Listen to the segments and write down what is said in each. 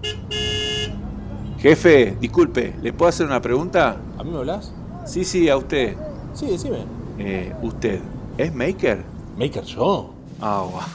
Jefe, disculpe, ¿le puedo hacer una pregunta? ¿A mí me hablas? Sí, sí, a usted. Sí, decime. ¿Usted es maker? ¿Maker yo? Ah, guau.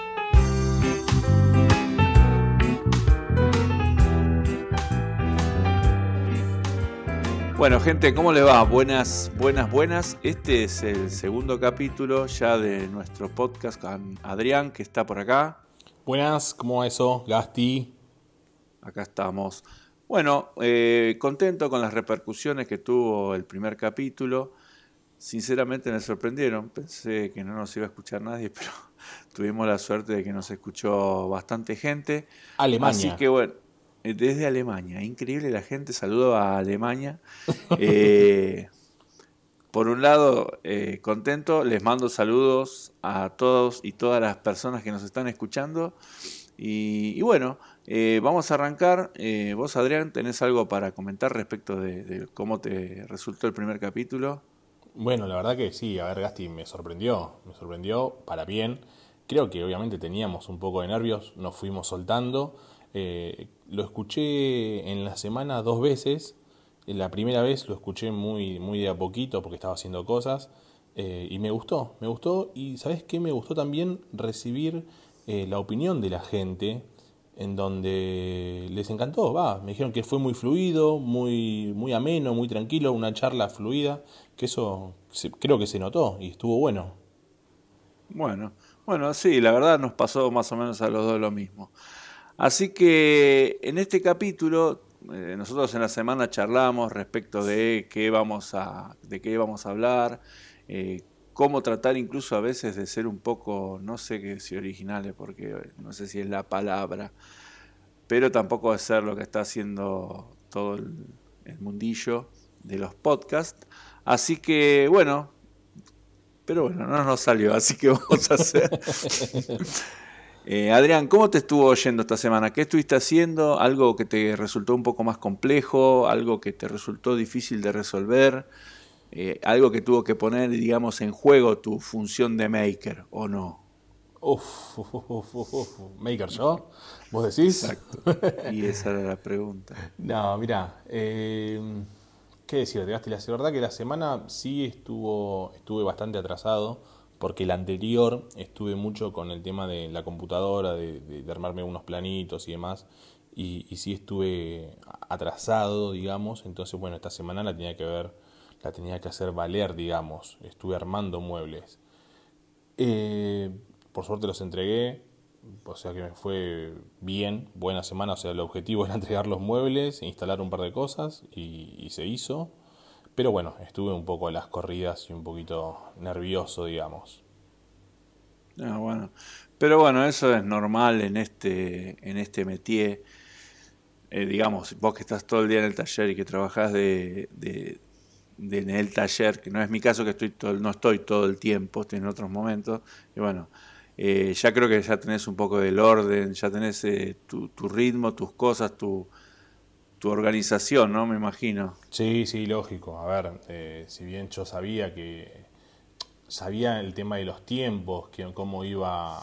Bueno, gente, ¿cómo les va? Buenas, buenas, buenas. Este es el segundo capítulo ya de nuestro podcast con Adrián, que está por acá. Buenas, ¿cómo va eso? Gasti. Acá estamos. Bueno, contento con las repercusiones que tuvo el primer capítulo. Sinceramente me sorprendieron. Pensé que no nos iba a escuchar nadie, pero tuvimos la suerte de que nos escuchó bastante gente. Así Alemania. que bueno, desde Alemania. Increíble la gente. Saludo a Alemania. Eh, por un lado, contento. Les mando saludos a todos y todas las personas que nos están escuchando. Y bueno, vamos a arrancar. Vos, Adrián, ¿tenés algo para comentar respecto de cómo te resultó el primer capítulo? Bueno, la verdad que sí, a ver, Gasti, me sorprendió para bien. Creo que obviamente teníamos un poco de nervios, nos fuimos soltando. Lo escuché en la semana 2 veces. La primera vez lo escuché muy de a poquito porque estaba haciendo cosas y me gustó y ¿sabes qué? Me gustó también recibir la opinión de la gente en donde les encantó, me dijeron que fue muy fluido, muy ameno, muy tranquilo, una charla fluida, que eso creo que se notó y estuvo bueno. Bueno, bueno, sí, la verdad nos pasó más o menos a los dos lo mismo. Así que en este capítulo, nosotros en la semana charlamos respecto de qué vamos a hablar, cómo tratar incluso a veces de ser un poco, no sé qué si originales, porque no sé si es la palabra, pero tampoco de ser lo que está haciendo todo el mundillo de los podcasts. Así que bueno, pero bueno, no nos salió, así que vamos a hacer. Adrián, ¿cómo te estuvo yendo esta semana? ¿Qué estuviste haciendo? ¿Algo que te resultó un poco más complejo? ¿Algo que te resultó difícil de resolver? ¿Algo que tuvo que poner, digamos, en juego tu función de maker o no? Maker yo, ¿vos decís? Exacto. Y esa era la pregunta. No, mira, ¿qué decirte, Gasti? La verdad que la semana sí estuve bastante atrasado, porque la anterior estuve mucho con el tema de la computadora, de armarme unos planitos y demás, y sí estuve atrasado, digamos, entonces bueno, esta semana la tenía que hacer valer, digamos, estuve armando muebles. Eh, por suerte los entregué, o sea que me fue bien, buena semana, o sea, el objetivo era entregar los muebles, instalar un par de cosas y se hizo. Pero bueno, estuve un poco a las corridas y un poquito nervioso, digamos. Ah, bueno. Pero bueno, eso es normal en este métier. Digamos, vos que estás todo el día en el taller y que trabajás en el taller, que no es mi caso, que no estoy todo el tiempo, estoy en otros momentos, y bueno, ya creo que ya tenés un poco del orden, ya tenés tu ritmo, tus cosas, tu organización, ¿no? Me imagino. Sí, sí, lógico. A ver, si bien yo sabía el tema de los tiempos, cómo iba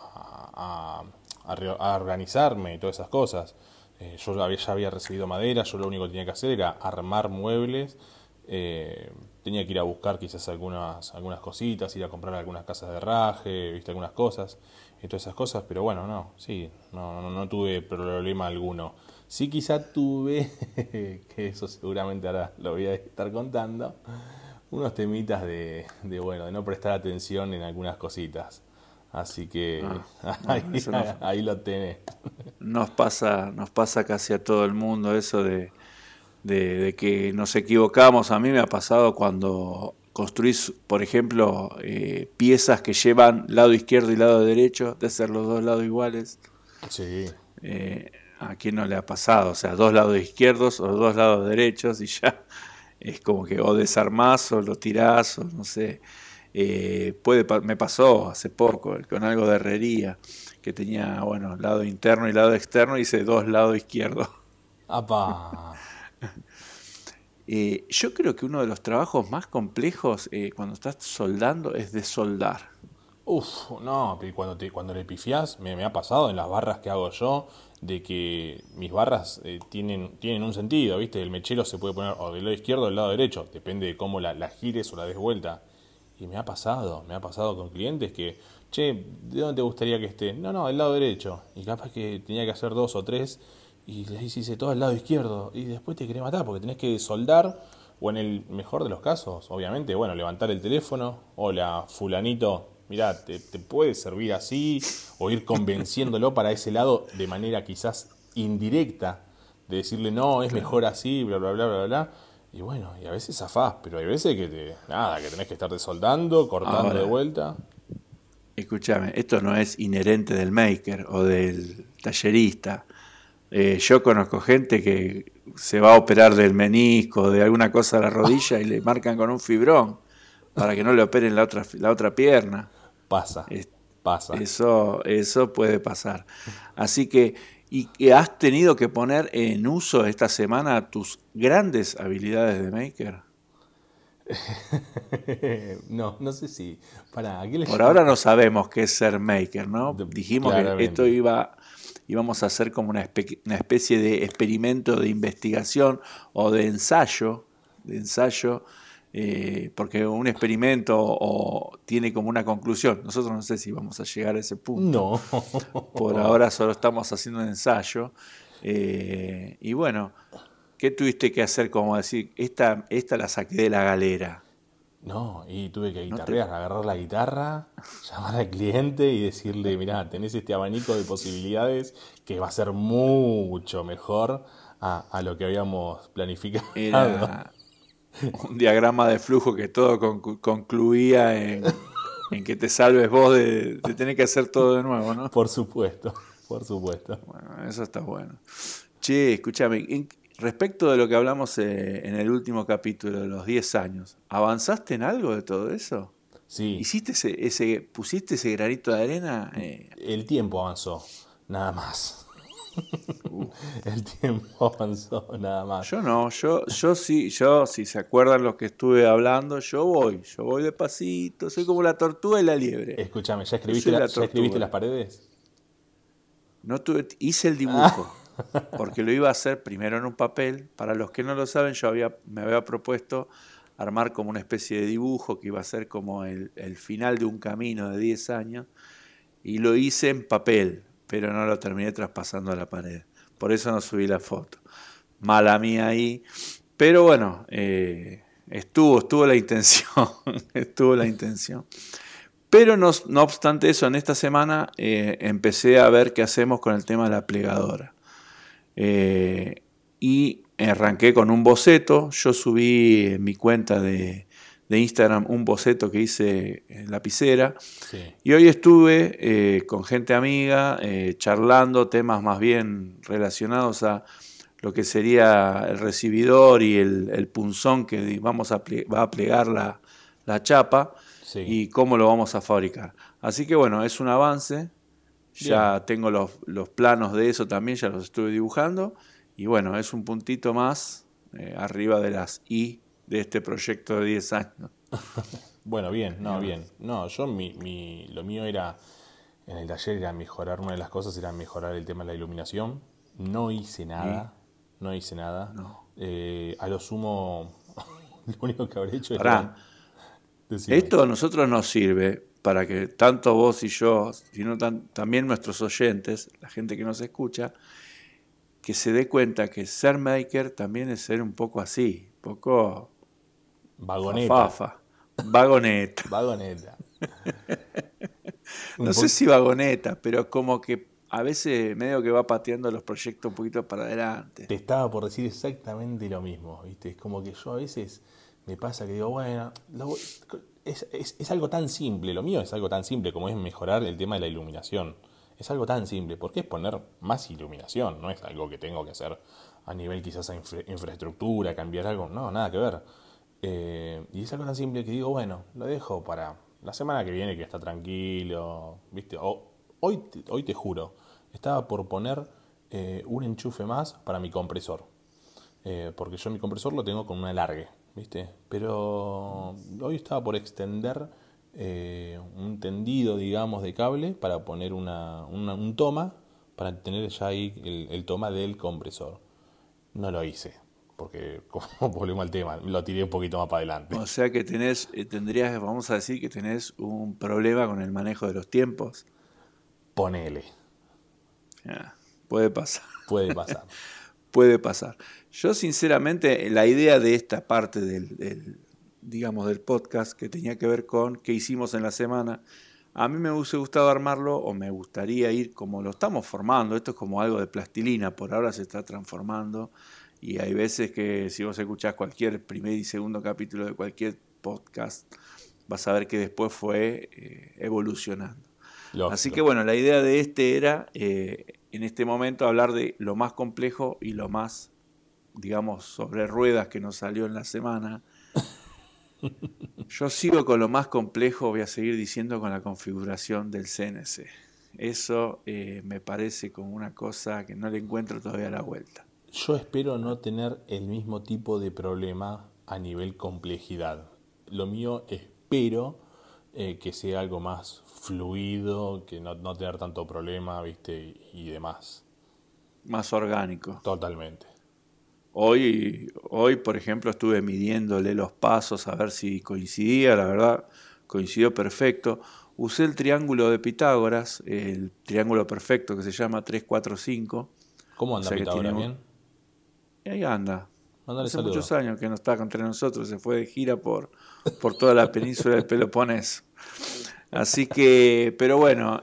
a organizarme y todas esas cosas. Ya había recibido madera, yo lo único que tenía que hacer era armar muebles. Tenía que ir a buscar quizás algunas cositas, ir a comprar algunas casas de herraje, viste algunas cosas y todas esas cosas, pero bueno, no, sí, no tuve problema alguno. Sí quizá tuve, que eso seguramente ahora lo voy a estar contando, unos temitas de no prestar atención en algunas cositas. Así que Ah, bueno, ahí lo tenés. nos pasa casi a todo el mundo eso de que nos equivocamos. A mí me ha pasado cuando construís, por ejemplo, piezas que llevan lado izquierdo y lado derecho, de ser los dos lados iguales. Sí. ¿A quién no le ha pasado? O sea, dos lados izquierdos o dos lados derechos y ya es como que o desarmás o lo tirás o no sé. Me pasó hace poco con algo de herrería que tenía, bueno, lado interno y lado externo, hice dos lados izquierdos. Apa. Yo creo que uno de los trabajos más complejos cuando estás soldando es de soldar. Uf, no, pero cuando le pifiás, me ha pasado en las barras que hago yo, de que mis barras tienen un sentido, ¿viste? El mechero se puede poner o del lado izquierdo o del lado derecho, depende de cómo la gires o la des vuelta. Y me ha pasado con clientes que, che, ¿de dónde te gustaría que esté? No, del lado derecho. Y capaz que tenía que hacer dos o tres, y le hice todo al lado izquierdo. Y después te querés matar porque tenés que soldar, o en el mejor de los casos, obviamente, bueno, levantar el teléfono, hola, fulanito, mirá, te puede servir así, o ir convenciéndolo para ese lado de manera quizás indirecta, de decirle, no, es Claro. mejor así, bla, bla, bla, bla, bla. Y bueno, y a veces zafás, pero hay veces que que tenés que estarte soldando, cortando de Ahora, vuelta. escúchame, esto no es inherente del maker o del tallerista. Yo conozco gente que se va a operar del menisco, de alguna cosa a la rodilla y le marcan con un fibrón para que no le operen la otra pierna. Pasa, Es- pasa. eso puede pasar. Así que, y que has tenido que poner en uso esta semana tus grandes habilidades de maker. No sé si. ¿A qué le Por llamas? ahora no sabemos qué es ser maker, ¿no? Dijimos que esto Claramente. íbamos a hacer como una especie de experimento de investigación o de ensayo, porque un experimento o tiene como una conclusión. Nosotros no sé si vamos a llegar a ese punto. No. Por ahora solo estamos haciendo un ensayo. Y bueno, ¿qué tuviste que hacer? Como decir, esta la saqué de la galera. No, y tuve que ¿No te, guitarrear, agarrar la guitarra, llamar al cliente y decirle, mirá, tenés este abanico de posibilidades que va a ser mucho mejor a lo que habíamos planificado. era un diagrama de flujo que todo concluía en que te salves vos de tener que hacer todo de nuevo, ¿no? Por supuesto, por supuesto. Bueno, eso está bueno. Che, escúchame, respecto de lo que hablamos en el último capítulo de los 10 años, ¿avanzaste en algo de todo eso? Sí, ¿Pusiste ese granito de arena? el tiempo avanzó, nada más. Uh, El tiempo avanzó, nada más. yo no, yo, si se acuerdan los que estuve hablando, yo voy despacito, soy como la tortuga y la liebre. Escúchame, Yo soy la ya escribiste las tortuga. paredes? Hice el dibujo, porque lo iba a hacer primero en un papel. Para los que no lo saben, me había propuesto armar como una especie de dibujo que iba a ser como el final de un camino de 10 años, y lo hice en papel, pero no lo terminé traspasando a la pared. Por eso no subí la foto. Mala mía ahí. Pero bueno, estuvo la intención, estuvo la intención. Pero no obstante eso, en esta semana empecé a ver qué hacemos con el tema de la plegadora. Eh, y arranqué con un boceto. Yo subí en mi cuenta de Instagram un boceto que hice en lapicera. Sí, Y hoy estuve con gente amiga charlando temas más bien relacionados a lo que sería el recibidor y el punzón que va a plegar la chapa sí. y cómo lo vamos a fabricar. Así que bueno, es un avance, Bien. ya tengo los planos de eso también, ya los estuve dibujando y bueno, es un puntito más arriba de las I de este proyecto de 10 años. Bueno, bien, no, Eh, bien. No, yo lo mío era, en el taller era mejorar, una de las cosas era mejorar el tema de la iluminación. No hice y nada, no hice nada. no, A lo sumo, lo único que habré hecho es pará, decime. esto a nosotros nos sirve para que tanto vos y yo, sino también nuestros oyentes, la gente que nos escucha, que se dé cuenta que ser maker también es ser un poco así, un poco Vagoneta, fafafa, vagoneta. vagoneta. Un No sé po- si vagoneta, pero como que a veces medio que va pateando los proyectos un poquito para adelante. Te estaba por decir exactamente lo mismo, ¿viste? Es como que yo a veces me pasa que digo, bueno, es algo tan simple, lo mío es algo tan simple como es mejorar el tema de la iluminación. Es algo tan simple, porque es poner más iluminación, no es algo que tengo que hacer a nivel quizás a infraestructura, cambiar algo, no, nada que ver. Y es algo tan simple que digo, bueno, lo dejo para la semana que viene que está tranquilo, ¿viste? Hoy te juro, estaba por poner un enchufe más para mi compresor. Porque yo mi compresor lo tengo con un alargue, ¿viste? Pero hoy estaba por extender un tendido, digamos, de cable para poner un toma, para tener ya ahí el toma del compresor. No lo hice, porque como volvemos al tema, lo tiré un poquito más para adelante. O sea que tendrías, vamos a decir que tenés un problema con el manejo de los tiempos. Ponele, Ya, puede pasar, puede pasar. puede pasar. Yo sinceramente, la idea de esta parte digamos, del podcast que tenía que ver con qué hicimos en la semana, a mí me hubiese gustado armarlo o me gustaría ir como lo estamos formando. Esto es como algo de plastilina, por ahora se está transformando y hay veces que si vos escuchás cualquier primer y segundo capítulo de cualquier podcast, vas a ver que después fue evolucionando. Así que Lógico. bueno, la idea de este era en este momento hablar de lo más complejo y lo más, digamos, sobre ruedas que nos salió en la semana. Yo sigo con lo más complejo, voy a seguir diciendo con la configuración del CNC. Eso me parece como una cosa que no le encuentro todavía la vuelta. Yo espero no tener el mismo tipo de problema a nivel complejidad. Lo mío espero que sea algo más fluido, que no tener tanto problema, ¿viste? Y demás. Más orgánico. Totalmente. Hoy, por ejemplo, estuve midiéndole los pasos a ver si coincidía, la verdad, coincidió perfecto. Usé el triángulo de Pitágoras, el triángulo perfecto que se llama 3, 4, 5. ¿Cómo O anda sea que tiene Pitágoras? ¿Bien? y ahí anda. Mándale Hace muchos saludos. años que no está entre nosotros, se fue de gira por toda la península del Peloponeso. Así que, pero bueno,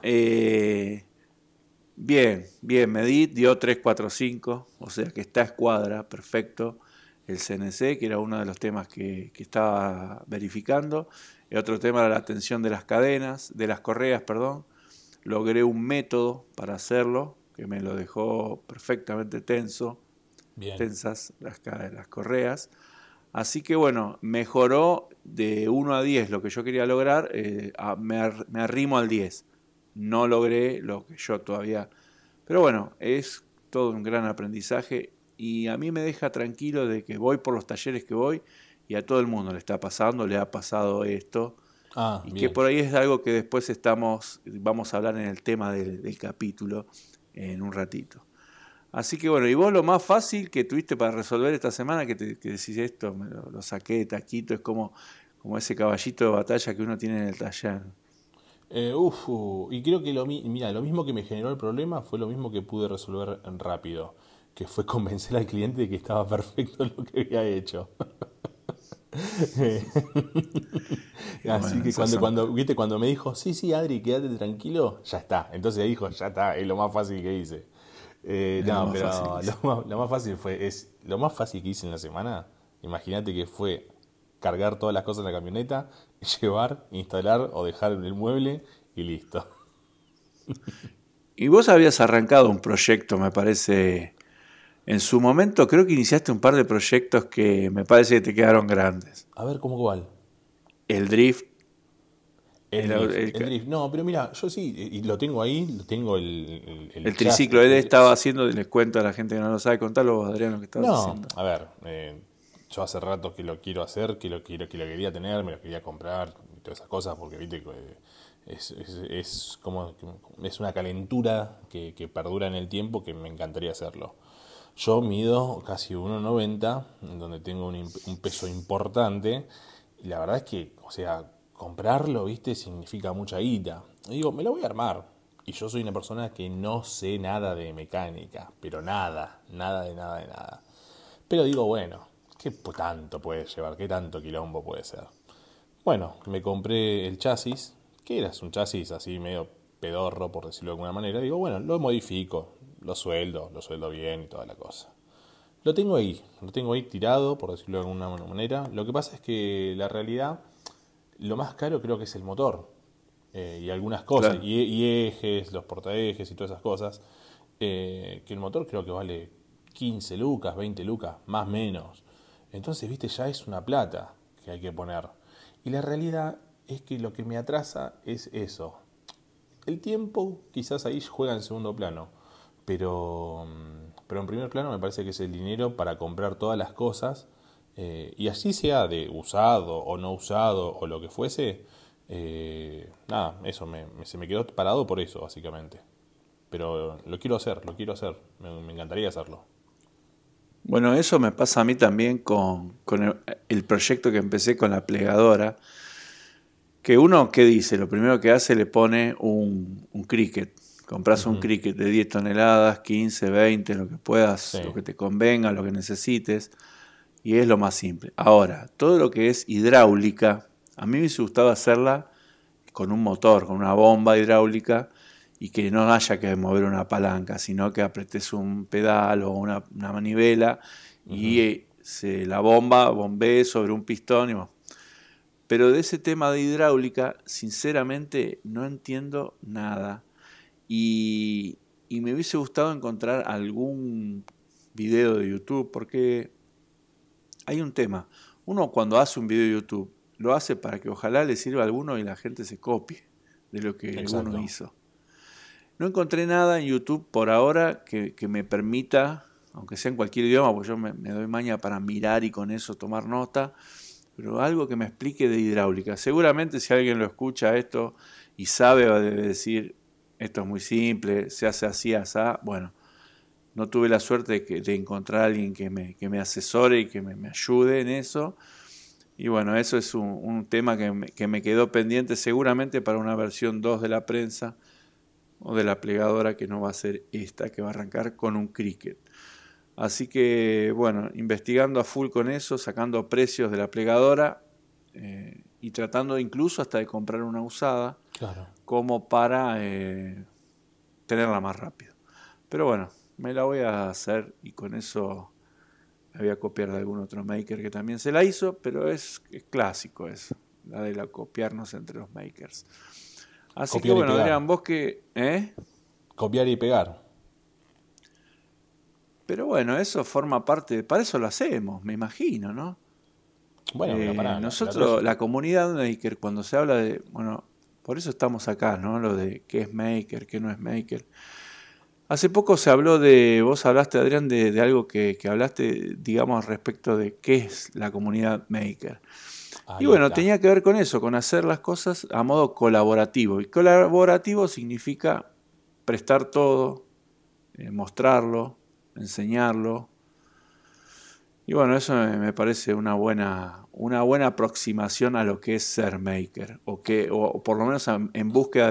bien, medí, dio 3, 4, 5, o sea que está a escuadra, perfecto. El CNC, que era uno de los temas que estaba verificando. El otro tema era la tensión de las cadenas, de las correas, perdón. Logré un método para hacerlo, que me lo dejó perfectamente Bien. tensas las correas. Así que bueno, mejoró de 1 a 10 lo que yo quería lograr, me arrimo al 10. No logré lo que yo todavía... Pero bueno, es todo un gran aprendizaje y a mí me deja tranquilo de que voy por los talleres que voy y a todo el mundo le está pasando, le ha pasado esto Ah, y que bien. por ahí es algo que después vamos a hablar en el tema del capítulo en un ratito. Así que bueno, y vos lo más fácil que tuviste para resolver esta semana, que decís esto, lo saqué de taquito, es como ese caballito de batalla que uno tiene en el taller. Y creo que mira, lo mismo que me generó el problema fue lo mismo que pude resolver rápido, que fue convencer al cliente de que estaba perfecto lo que había hecho. Y Así bueno, que esas son... ¿viste? Cuando me dijo, sí, sí, Adri, quédate tranquilo, ya está. Entonces dijo, ya está, es lo más fácil que hice. Es lo No, más fácil que pero hice. lo más fácil lo más fácil que hice en la semana, imagínate que fue cargar todas las cosas en la camioneta, llevar, instalar o dejar en el mueble y listo. Y vos habías arrancado un proyecto, me parece, en su momento, creo que iniciaste un par de proyectos que me parece que te quedaron grandes. A ver, ¿cómo cuál? El drift, El el, drift, el, el drift. No, pero mira, yo sí, y lo tengo ahí, lo tengo el el chasis. triciclo. Él estaba haciendo, les cuento a la gente que no lo sabe, contalo vos, Adrián, lo que estabas No, haciendo. a ver, yo hace rato que lo quiero hacer, que lo quería tener, me lo quería comprar, y todas esas cosas, porque viste que es como, es una calentura que perdura en el tiempo que me encantaría hacerlo. Yo mido casi 1,90, donde tengo un peso importante, y la verdad es que, o sea, comprarlo, viste, significa mucha guita. Y digo, me lo voy a armar. Y yo soy una persona que no sé nada de mecánica, pero nada, nada de nada de nada. Pero digo, bueno, ¿qué tanto puede llevar? ¿Qué tanto quilombo puede ser? Bueno, me compré el chasis, que era un chasis así medio pedorro, por decirlo de alguna manera. Digo, bueno, lo modifico, lo sueldo bien y toda la cosa. Lo tengo ahí tirado, por decirlo de alguna manera. Lo que pasa es que la realidad, lo más caro creo que es el motor y algunas cosas, Claro. y ejes, los portaejes y todas esas cosas. Que el motor creo que vale 15 lucas, 20 lucas, más o menos. Entonces, viste, ya es una plata que hay que poner. Y la realidad es que lo que me atrasa es eso. El tiempo quizás ahí juega en segundo plano, pero en primer plano me parece que es el dinero para comprar todas las cosas y así sea de usado o no usado o lo que fuese, Nada, eso se me quedó parado por eso, básicamente. Pero lo quiero hacer, me encantaría hacerlo. Bueno, eso me pasa a mí también con el proyecto que empecé con la plegadora, que uno, ¿qué dice? Lo primero que hace le pone un cricket. Compras un Ujú. cricket de 10 toneladas, 15, 20, lo que puedas, lo Sí. que te convenga, lo que necesites, y es lo más simple. Ahora, todo lo que es hidráulica, a mí me hubiese gustado hacerla con un motor, con una bomba hidráulica, y que no haya que mover una palanca, sino que apretes un pedal o una manivela y Ujú. la bomba bombee sobre un pistón. Pero de ese tema de hidráulica, sinceramente, no entiendo nada. Y, y me hubiese gustado encontrar algún video de YouTube, porque hay un tema. Uno cuando hace un video de YouTube, lo hace para que ojalá le sirva a alguno y la gente se copie de lo que uno Exacto. hizo. No encontré nada en YouTube por ahora que me permita, aunque sea en cualquier idioma, porque yo me doy maña para mirar y con eso tomar nota, pero algo que me explique de hidráulica. Seguramente si alguien lo escucha esto y sabe, va a decir, esto es muy simple, se hace así, asá. Bueno, no tuve la suerte de encontrar a alguien que me asesore y que me ayude en eso. Y bueno, eso es un tema que me quedó pendiente seguramente para una versión 2 de la prensa o de la plegadora, que no va a ser esta, que va a arrancar con un cricket. Así que bueno, investigando a full con eso, sacando precios de la plegadora y tratando incluso hasta de comprar una usada Claro. como para tenerla más rápido. Pero bueno, me la voy a hacer y con eso la voy a copiar de algún otro maker que también se la hizo, pero es clásico eso, la de la copiarnos entre los makers. Así que Copiar y bueno, pegar. Adrián, vos que... Copiar y pegar. Pero bueno, eso forma parte, para eso lo hacemos, me imagino, ¿no? Bueno, mira, pará, la otra vez... Nosotros, la comunidad maker, cuando se habla de, bueno, por eso estamos acá, ¿no? Lo de qué es maker, qué no es maker. Hace poco se habló vos hablaste, Adrián, de algo que hablaste, digamos, respecto de qué es la comunidad maker. Y Ahí bueno, está. tenía que ver con eso, con hacer las cosas a modo colaborativo. Y colaborativo significa prestar todo, mostrarlo, enseñarlo. Y bueno, eso me parece una buena aproximación a lo que es ser maker, o por lo menos en búsqueda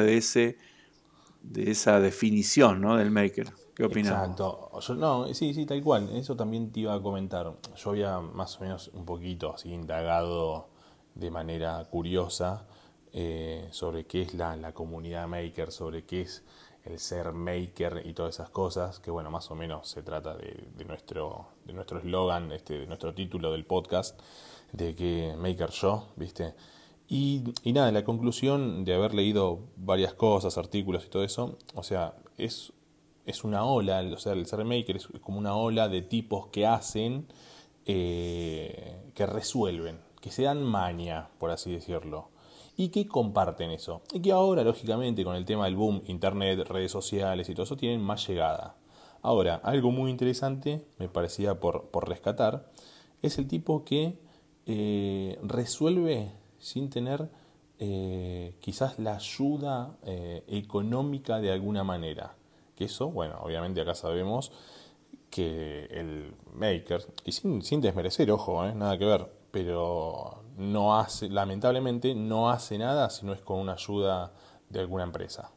de esa definición, ¿no? Del maker. ¿Qué opinás vos? Exacto. No, sí, sí, tal cual. Eso también te iba a comentar. Yo había más o menos un poquito así indagado de manera curiosa sobre qué es la comunidad maker, sobre qué es el ser maker y todas esas cosas, que bueno, más o menos se trata de nuestro eslogan, de nuestro título del podcast, de que maker yo, ¿viste? Y nada, la conclusión de haber leído varias cosas, artículos y todo eso, o sea, es una ola, o sea, el ser maker es como una ola de tipos que hacen, que resuelven, que se dan maña, por así decirlo, y que comparten eso. Y que ahora, lógicamente, con el tema del boom, internet, redes sociales y todo eso, tienen más llegada. Ahora, algo muy interesante, me parecía por rescatar, es el tipo que resuelve sin tener quizás la ayuda económica de alguna manera. Que eso, bueno, obviamente acá sabemos que el maker, y sin desmerecer, ojo, nada que ver, pero no hace, lamentablemente no hace nada si no es con una ayuda de alguna empresa.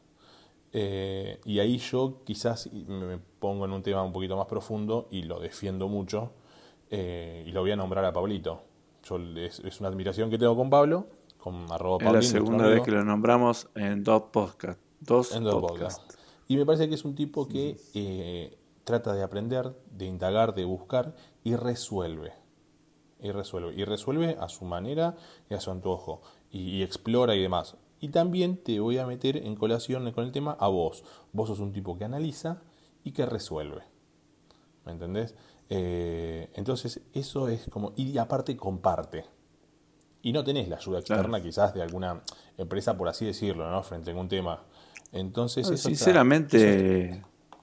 Y ahí yo quizás me pongo en un tema un poquito más profundo y lo defiendo mucho, y lo voy a nombrar a Pablito. Es una admiración que tengo con Pablo, con arroba Es la Pablín, nuestro segunda vez que amigo, lo nombramos en dos podcasts. Dos en dos podcasts. podcasts. Y me parece que es un tipo que trata de aprender, de indagar, de buscar y resuelve. Y resuelve. Y resuelve a su manera y a su antojo. Y explora y demás. Y también te voy a meter en colación con el tema a vos. Vos sos un tipo que analiza y que resuelve. ¿Me entendés? Entonces eso es como... Y aparte comparte. Y no tenés la ayuda Claro. externa quizás de alguna empresa, por así decirlo, ¿no? Frente a algún tema. Entonces eso está... Eso está... Sinceramente,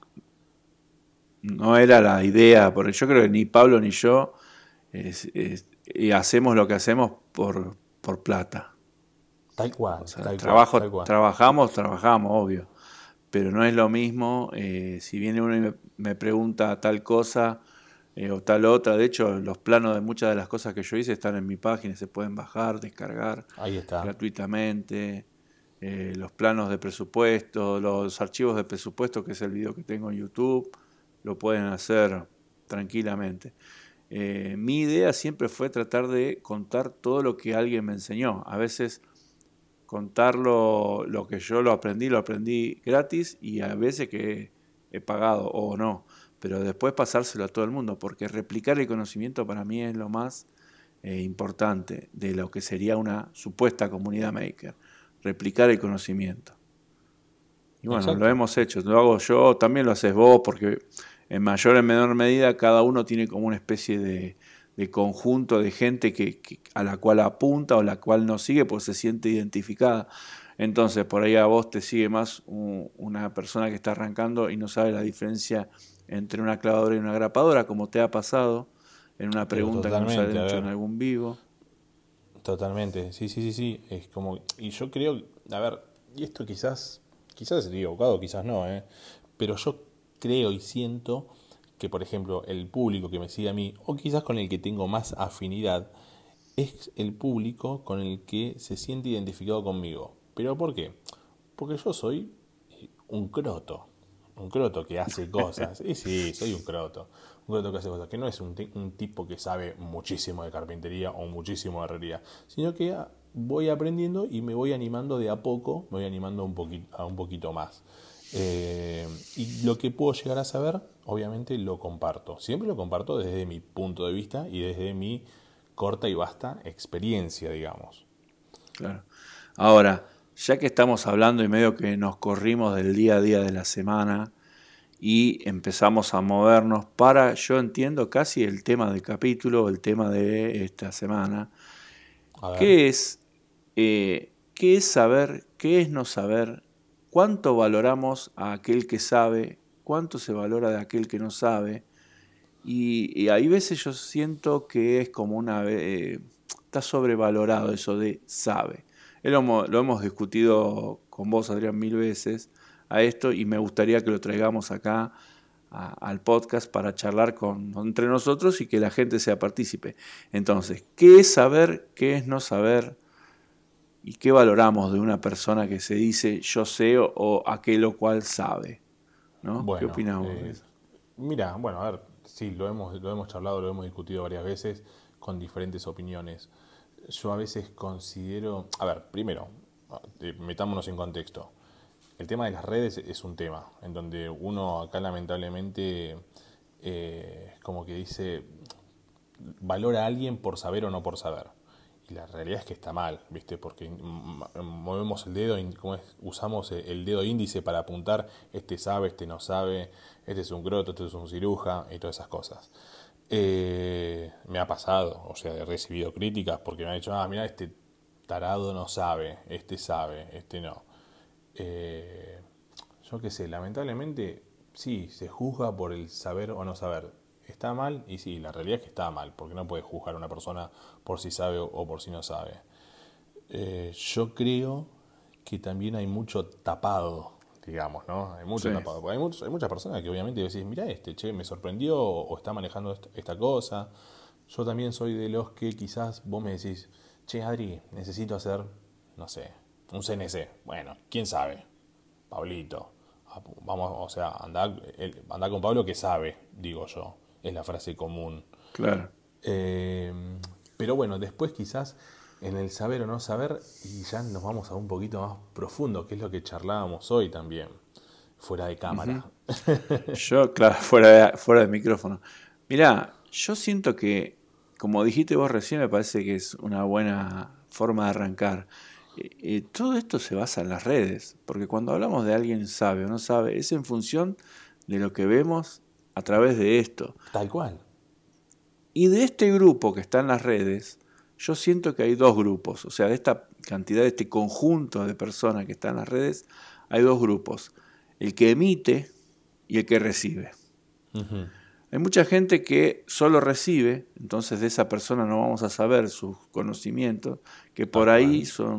no era la idea, porque yo creo que ni Pablo ni yo y hacemos lo que hacemos por plata. Tal cual, O sea, tal cual, tal cual. trabajamos, obvio. Pero no es lo mismo si viene uno y me pregunta tal cosa o tal otra. De hecho, los planos de muchas de las cosas que yo hice están en mi página, se pueden bajar, descargar Ahí está. gratuitamente. Los planos de presupuesto, los archivos de presupuesto, que es el video que tengo en YouTube, lo pueden hacer tranquilamente. Mi idea siempre fue tratar de contar todo lo que alguien me enseñó. A veces contarlo, lo que yo lo aprendí gratis y a veces que he pagado o no, pero después pasárselo a todo el mundo, porque replicar el conocimiento para mí es lo más importante de lo que sería una supuesta comunidad maker, replicar el conocimiento. Y bueno, lo Exacto. hemos hecho, lo hago yo, también lo haces vos, porque en mayor o en menor medida cada uno tiene como una especie de conjunto de gente a la cual apunta o la cual no sigue porque se siente identificada. Entonces, por ahí a vos te sigue más una persona que está arrancando y no sabe la diferencia entre una clavadora y una grapadora, como te ha pasado en una Pero pregunta que nos totalmente, han a hecho en ver, algún vivo. totalmente. Sí, sí, sí, sí. Es como, y yo creo, a ver, y esto quizás estoy equivocado, quizás no, ¿eh? Pero yo creo y siento que, por ejemplo, el público que me sigue a mí, o quizás con el que tengo más afinidad, es el público con el que se siente identificado conmigo. ¿Pero por qué? Porque yo soy un croto que hace cosas. Y sí, soy un croto que hace cosas, que no es un tipo que sabe muchísimo de carpintería o muchísimo de herrería, sino que voy aprendiendo y me voy animando de a poco, me voy animando a un poquito más. Y lo que puedo llegar a saber, obviamente lo comparto. Siempre lo comparto desde mi punto de vista y desde mi corta y vasta experiencia, digamos. Claro. Ahora, ya que estamos hablando y medio que nos corrimos del día a día de la semana y empezamos a movernos para, yo entiendo casi el tema del capítulo, el tema de esta semana, A ver, ¿qué es, qué es saber, qué es no saber, cuánto valoramos a aquel que sabe, cuánto se valora de aquel que no sabe? Y hay veces yo siento que es como está sobrevalorado eso de sabe. Lo hemos discutido con vos, Adrián, mil veces a esto y me gustaría que lo traigamos acá al podcast para charlar entre nosotros y que la gente sea partícipe. Entonces, ¿qué es saber, qué es no saber y qué valoramos de una persona que se dice yo sé o aquel o cual sabe? ¿No? ¿Qué bueno, opinamos de eso? mira, bueno, a ver, sí, lo hemos charlado, lo hemos discutido varias veces con diferentes opiniones. Yo a veces considero, a ver, primero, metámonos en contexto. El tema de las redes es un tema en donde uno acá lamentablemente como que dice valora a alguien por saber o no por saber. Y la realidad es que está mal, ¿viste? Porque movemos el dedo, como es, usamos el dedo índice para apuntar, este sabe, este no sabe, este es un croto, este es un ciruja y todas esas cosas. Me ha pasado, o sea, he recibido críticas porque me han dicho, mira, este tarado no sabe, este no. Eh, yo qué sé, lamentablemente sí, se juzga por el saber o no saber. Está mal y sí, la realidad es que está mal, porque no puedes juzgar a una persona por si sabe o por si no sabe. Yo creo que también hay mucho tapado, digamos, ¿no? Hay mucho Sí, tapado. Porque hay muchas personas que obviamente decís, mira este, che, me sorprendió o está manejando esta cosa. Yo también soy de los que quizás vos me decís, che, Adri, necesito hacer, no sé, un CNC. Bueno, quién sabe, Pablito. Vamos, o sea, anda con Pablo que sabe, digo yo. Es la frase común. claro. Eh, pero bueno, después quizás en el saber o no saber, y ya nos vamos a un poquito más profundo, que es lo que charlábamos hoy también, fuera de Ujú. cámara. Yo, claro, fuera de micrófono. Mirá, yo siento que, como dijiste vos recién, me parece que es una buena forma de arrancar. Todo esto se basa en las redes, porque cuando hablamos de alguien sabe o no sabe, es en función de lo que vemos a través de esto. Tal cual. Y de este grupo que está en las redes, yo siento que hay dos grupos, o sea, de esta cantidad, de este conjunto de personas que están en las redes, hay dos grupos, el que emite y el que recibe. Ujú. Hay mucha gente que solo recibe, entonces de esa persona no vamos a saber sus conocimientos, que por Tal ahí cual. son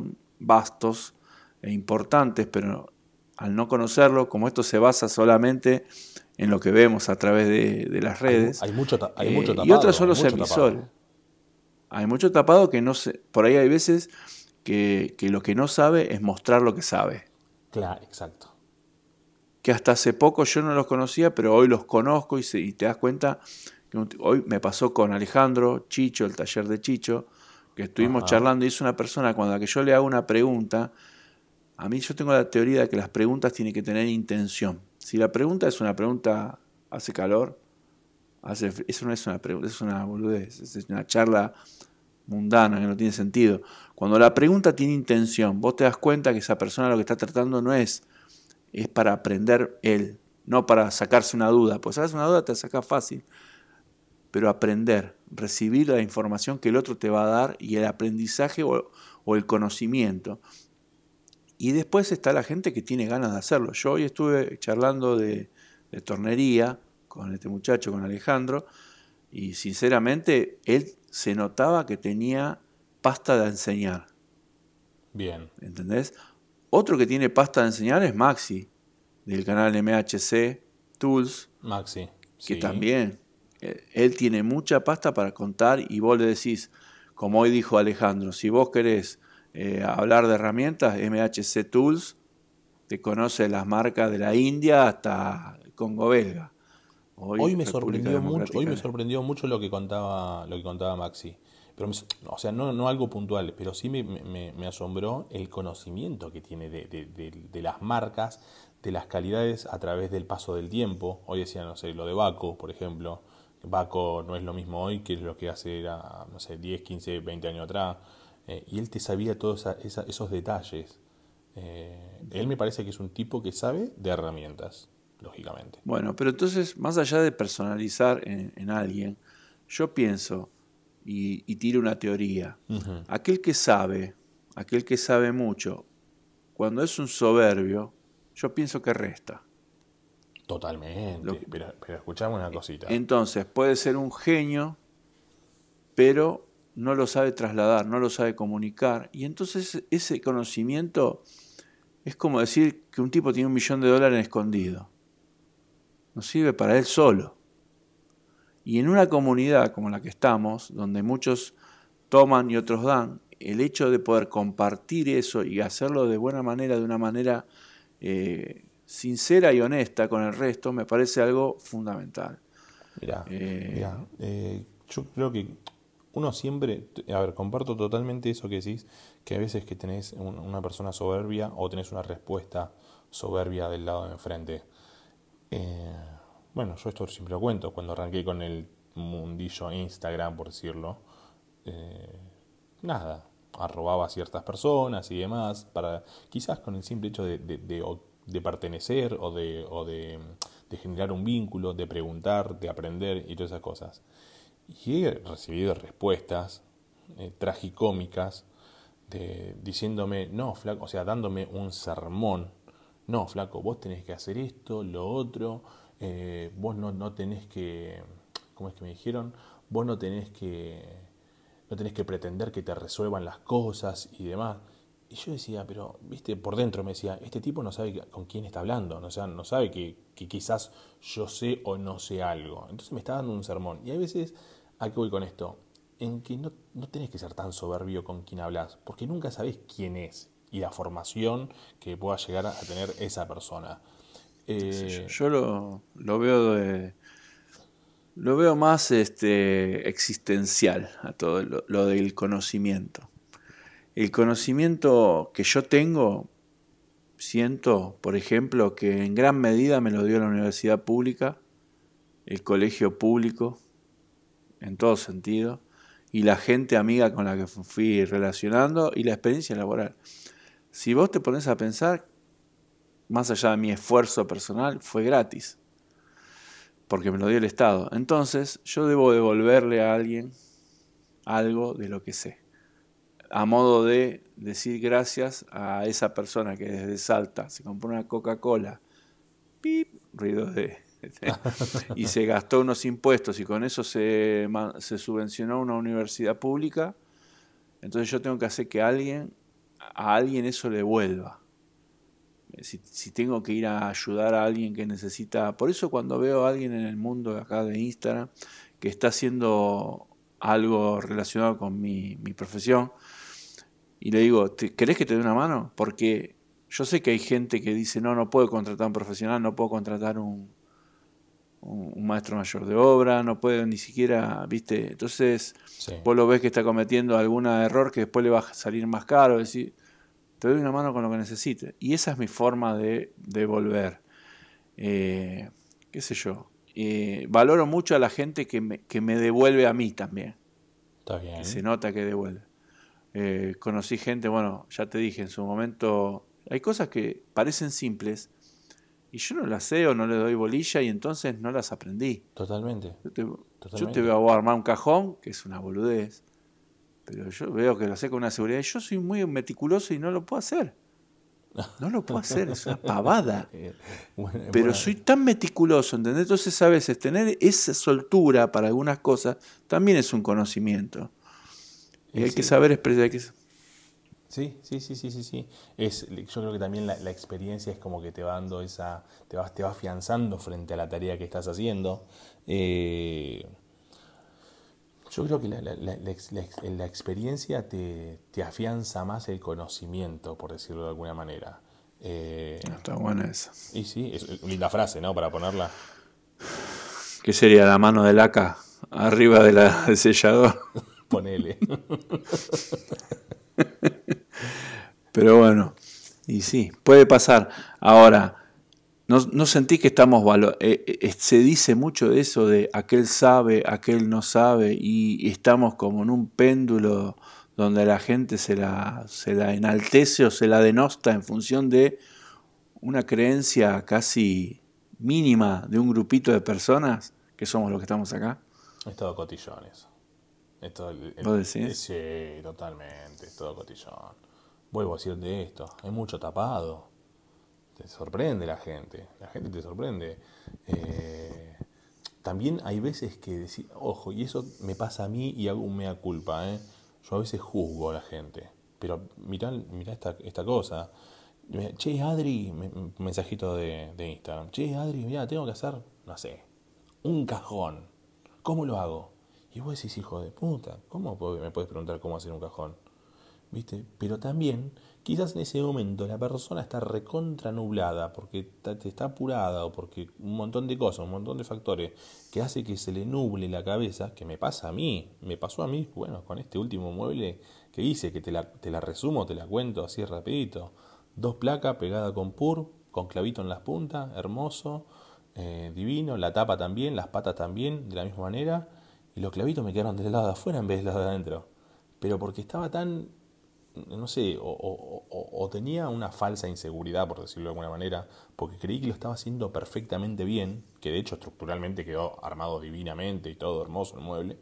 vastos e importantes, pero al no conocerlo, como esto se basa solamente en lo que vemos a través de las redes, Hay mucho y otras tapado, son hay los mucho tapado. emisores. Hay mucho tapado que no se, por ahí hay veces que lo que no sabe es mostrar lo que sabe. Claro, exacto. Que hasta hace poco yo no los conocía, pero hoy los conozco y te das cuenta que hoy me pasó con Alejandro Chicho, el taller de Chicho, que estuvimos Ajá. charlando y es una persona cuando a que yo le hago una pregunta, a mí yo tengo la teoría de que las preguntas tienen que tener intención. Si la pregunta es una pregunta, hace calor, eso no es una pregunta, es una boludez, es una charla mundana que no tiene sentido. Cuando la pregunta tiene intención, vos te das cuenta que esa persona lo que está tratando no es para aprender él, no para sacarse una duda. Pues sacarse una duda te la sacas fácil, pero aprender, recibir la información que el otro te va a dar y el aprendizaje o el conocimiento. Y después está la gente que tiene ganas de hacerlo. Yo hoy estuve charlando de tornería con este muchacho, con Alejandro, y sinceramente él se notaba que tenía pasta de enseñar. Bien. ¿Entendés? Otro que tiene pasta de enseñar es Maxi, del canal MHC Tools, Maxi, que sí. también él tiene mucha pasta para contar y vos le decís, como hoy dijo Alejandro, si vos querés hablar de herramientas, MHC Tools te conoce las marcas de la India hasta el Congo belga, hoy República Hoy Democrática me sorprendió mucho lo que contaba Maxi. Pero o sea, no algo puntual, pero sí me asombró el conocimiento que tiene de las marcas, de las calidades a través del paso del tiempo. Hoy decía, no sé, lo de Baco, por ejemplo. Baco no es lo mismo hoy que lo que hace era, no sé, 10 15 20 años atrás. Y él te sabía todos esos detalles. Él me parece que es un tipo que sabe de herramientas, lógicamente. Bueno, pero entonces, más allá de personalizar en alguien, yo pienso y tiro una teoría. Ujú. Aquel aquel que sabe mucho, cuando es un soberbio, yo pienso que resta. Lo Totalmente, que- pero escuchame una cosita. entonces, puede ser un genio, pero no lo sabe trasladar, no lo sabe comunicar. Y entonces ese conocimiento es como decir que un tipo tiene $1.000.000 escondido. No sirve para él solo. Y en una comunidad como la que estamos, donde muchos toman y otros dan, el hecho de poder compartir eso y hacerlo de buena manera, de una manera sincera y honesta con el resto, me parece algo fundamental. Mira, Eh, mira, yo creo que uno siempre, a ver, comparto totalmente eso que decís, que a veces que tenés una persona soberbia o tenés una respuesta soberbia del lado de enfrente. Eh, bueno, yo esto siempre lo cuento, cuando arranqué con el mundillo Instagram, por decirlo, eh, nada, arrobaba a ciertas personas y demás, para quizás con el simple hecho de pertenecer de generar un vínculo, de preguntar, de aprender y todas esas cosas. Y he recibido respuestas tragicómicas diciéndome, no, flaco, o sea, dándome un sermón. No, flaco, vos tenés que hacer esto, lo otro, vos no tenés que, ¿cómo es que me dijeron? Vos no tenés que pretender que te resuelvan las cosas y demás. Y yo decía, pero, viste, por dentro me decía, este tipo no sabe con quién está hablando, o sea, no sabe que quizás yo sé o no sé algo. Entonces me está dando un sermón. Y hay veces, ¿a qué voy con esto? En que no tenés que ser tan soberbio con quien hablas, porque nunca sabés quién es y la formación que pueda llegar a tener esa persona. qué sé yo, Eh, lo veo más existencial a todo lo del conocimiento. El conocimiento que yo tengo, siento, por ejemplo, que en gran medida me lo dio la universidad pública, el colegio público, en todo sentido, y la gente amiga con la que fui relacionando y la experiencia laboral. Si vos te pones a pensar, más allá de mi esfuerzo personal, fue gratis, porque me lo dio el Estado. Entonces, yo debo devolverle a alguien algo de lo que sé, a modo de decir gracias a esa persona que desde Salta se compró una Coca-Cola, pip, ruido de y se gastó unos impuestos y con eso se subvencionó una universidad pública, entonces yo tengo que hacer que alguien a alguien eso le vuelva. Si tengo que ir a ayudar a alguien que necesita... Por eso cuando veo a alguien en el mundo de acá de Instagram que está haciendo algo relacionado con mi profesión, y le digo, ¿querés que te dé una mano? Porque yo sé que hay gente que dice, no puedo contratar a un profesional, no puedo contratar un maestro mayor de obra, no puedo ni siquiera, ¿viste? Entonces, Sí, vos lo ves que está cometiendo algún error que después le va a salir más caro, decir, te doy una mano con lo que necesites. Y esa es mi forma de devolver. ¿Qué sé yo? Valoro mucho a la gente que me devuelve a mí también, está que se bien. nota que devuelve. Conocí gente, bueno, ya te dije en su momento, hay cosas que parecen simples y yo no las sé o no le doy bolilla y entonces no las aprendí. Totalmente, Yo te totalmente. veo a vos armar un cajón, que es una boludez, pero yo veo que lo sé con una seguridad y yo soy muy meticuloso y no lo puedo hacer. No lo puedo hacer, es una pavada. Pero Bueno, soy tan meticuloso, ¿entendés? Entonces a veces tener esa soltura para algunas cosas también es un conocimiento. Y y hay que sí, saber expresar. sí, sí, sí, sí, sí, sí. Yo creo que también la experiencia es como que te va dando esa, te va afianzando frente a la tarea que estás haciendo. Eh, yo creo que la experiencia te afianza más el conocimiento, por decirlo de alguna manera. No, Eh, está buena esa. y sí, es una linda frase, ¿no? Para ponerla. ¿Qué sería la mano del AK arriba de del sellador? Ponele. Pero bueno, y sí, puede pasar. Ahora, no sentí que estamos... se dice mucho de eso de aquel sabe, aquel no sabe, y estamos como en un péndulo donde la gente se la enaltece o se la denosta en función de una creencia casi mínima de un grupito de personas, que somos los que estamos acá. Es todo cotillón eso. Es todo ¿Vos decís? sí, totalmente, es todo cotillón. Vuelvo a decir de esto, hay mucho tapado. Te sorprende la gente te sorprende. Eh, También hay veces que decir, ojo, y eso me pasa a mí y hago un mea culpa, ¿eh? Yo a veces juzgo a la gente, pero mirá esta cosa. Che, Adri, un mensajito de Instagram. Che, Adri, mirá, tengo que hacer, no sé, un cajón. ¿Cómo lo hago? Y vos decís, hijo de puta, me puedes preguntar cómo hacer un cajón? ¿Viste? Pero también, quizás en ese momento la persona está recontra nublada porque está apurada o porque un montón de cosas, un montón de factores que hace que se le nuble la cabeza, que me pasa a mí, me pasó a mí, bueno, con este último mueble que hice, que te la resumo, te la cuento así rapidito. 2 placas pegadas con pur, con clavito en las puntas, hermoso, divino, la tapa también, las patas también, de la misma manera, y los clavitos me quedaron del lado de afuera en vez del lado de adentro. Pero porque estaba tan, no sé, o tenía una falsa inseguridad, por decirlo de alguna manera, porque creí que lo estaba haciendo perfectamente bien, que de hecho estructuralmente quedó armado divinamente y todo hermoso el mueble,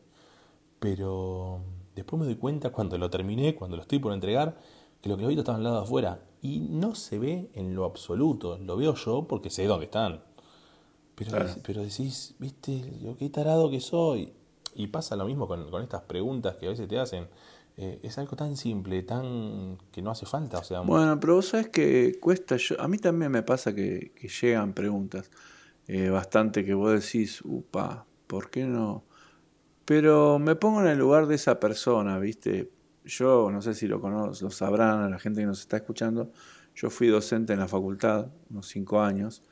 pero después me doy cuenta cuando lo terminé, cuando lo estoy por entregar, que los clavitos estaban al lado de afuera y no se ve en lo absoluto, lo veo yo porque sé dónde están. Claro. Pero decís, viste, yo qué tarado que soy. Y pasa lo mismo con estas preguntas que a veces te hacen. Es algo tan simple, tan que no hace falta. O sea, Bueno, pero vos sabés que cuesta, a mí también me pasa que llegan preguntas bastante que vos decís, upa, ¿por qué no? Pero me pongo en el lugar de esa persona, ¿viste? Yo no sé si lo conocen, lo sabrán a la gente que nos está escuchando. Yo fui docente en la facultad unos 5 años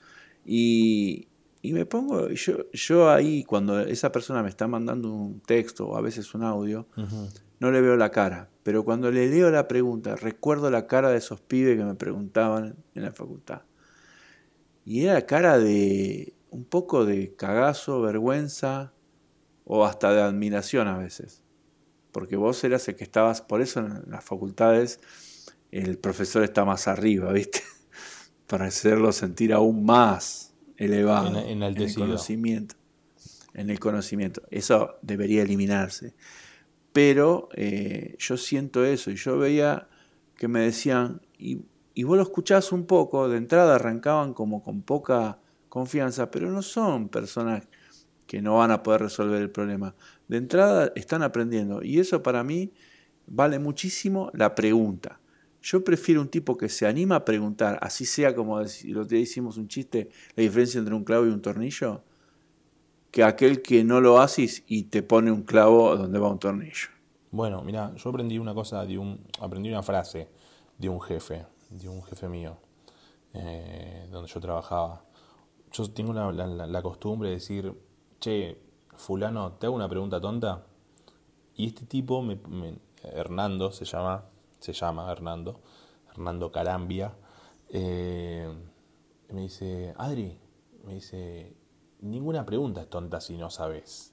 y, y me pongo, yo ahí cuando esa persona me está mandando un texto o a veces un audio, ujú, no le veo la cara, pero cuando le leo la pregunta, recuerdo la cara de esos pibes que me preguntaban en la facultad. Y era cara de un poco de cagazo, vergüenza o hasta de admiración a veces. Porque vos eras el que estabas, por eso en las facultades el profesor está más arriba, ¿viste? Para hacerlo sentir aún más elevado en el enaltecido. conocimiento. En el conocimiento. Eso debería eliminarse. Pero yo siento eso y yo veía que me decían, y vos lo escuchás un poco, de entrada arrancaban como con poca confianza, pero no son personas que no van a poder resolver el problema. De entrada están aprendiendo y eso para mí vale muchísimo la pregunta. Yo prefiero un tipo que se anima a preguntar, así sea como lo que hicimos un chiste, la diferencia entre un clavo y un tornillo, que aquel que no lo haces y te pone un clavo donde va un tornillo. Bueno, mira, yo aprendí una cosa aprendí una frase de un jefe mío, donde yo trabajaba. Yo tengo la costumbre de decir, che, fulano, te hago una pregunta tonta. Y este tipo, Hernando se llama Hernando Carambia, eh, me dice, Adri, me dice, ninguna pregunta es tonta si no sabes.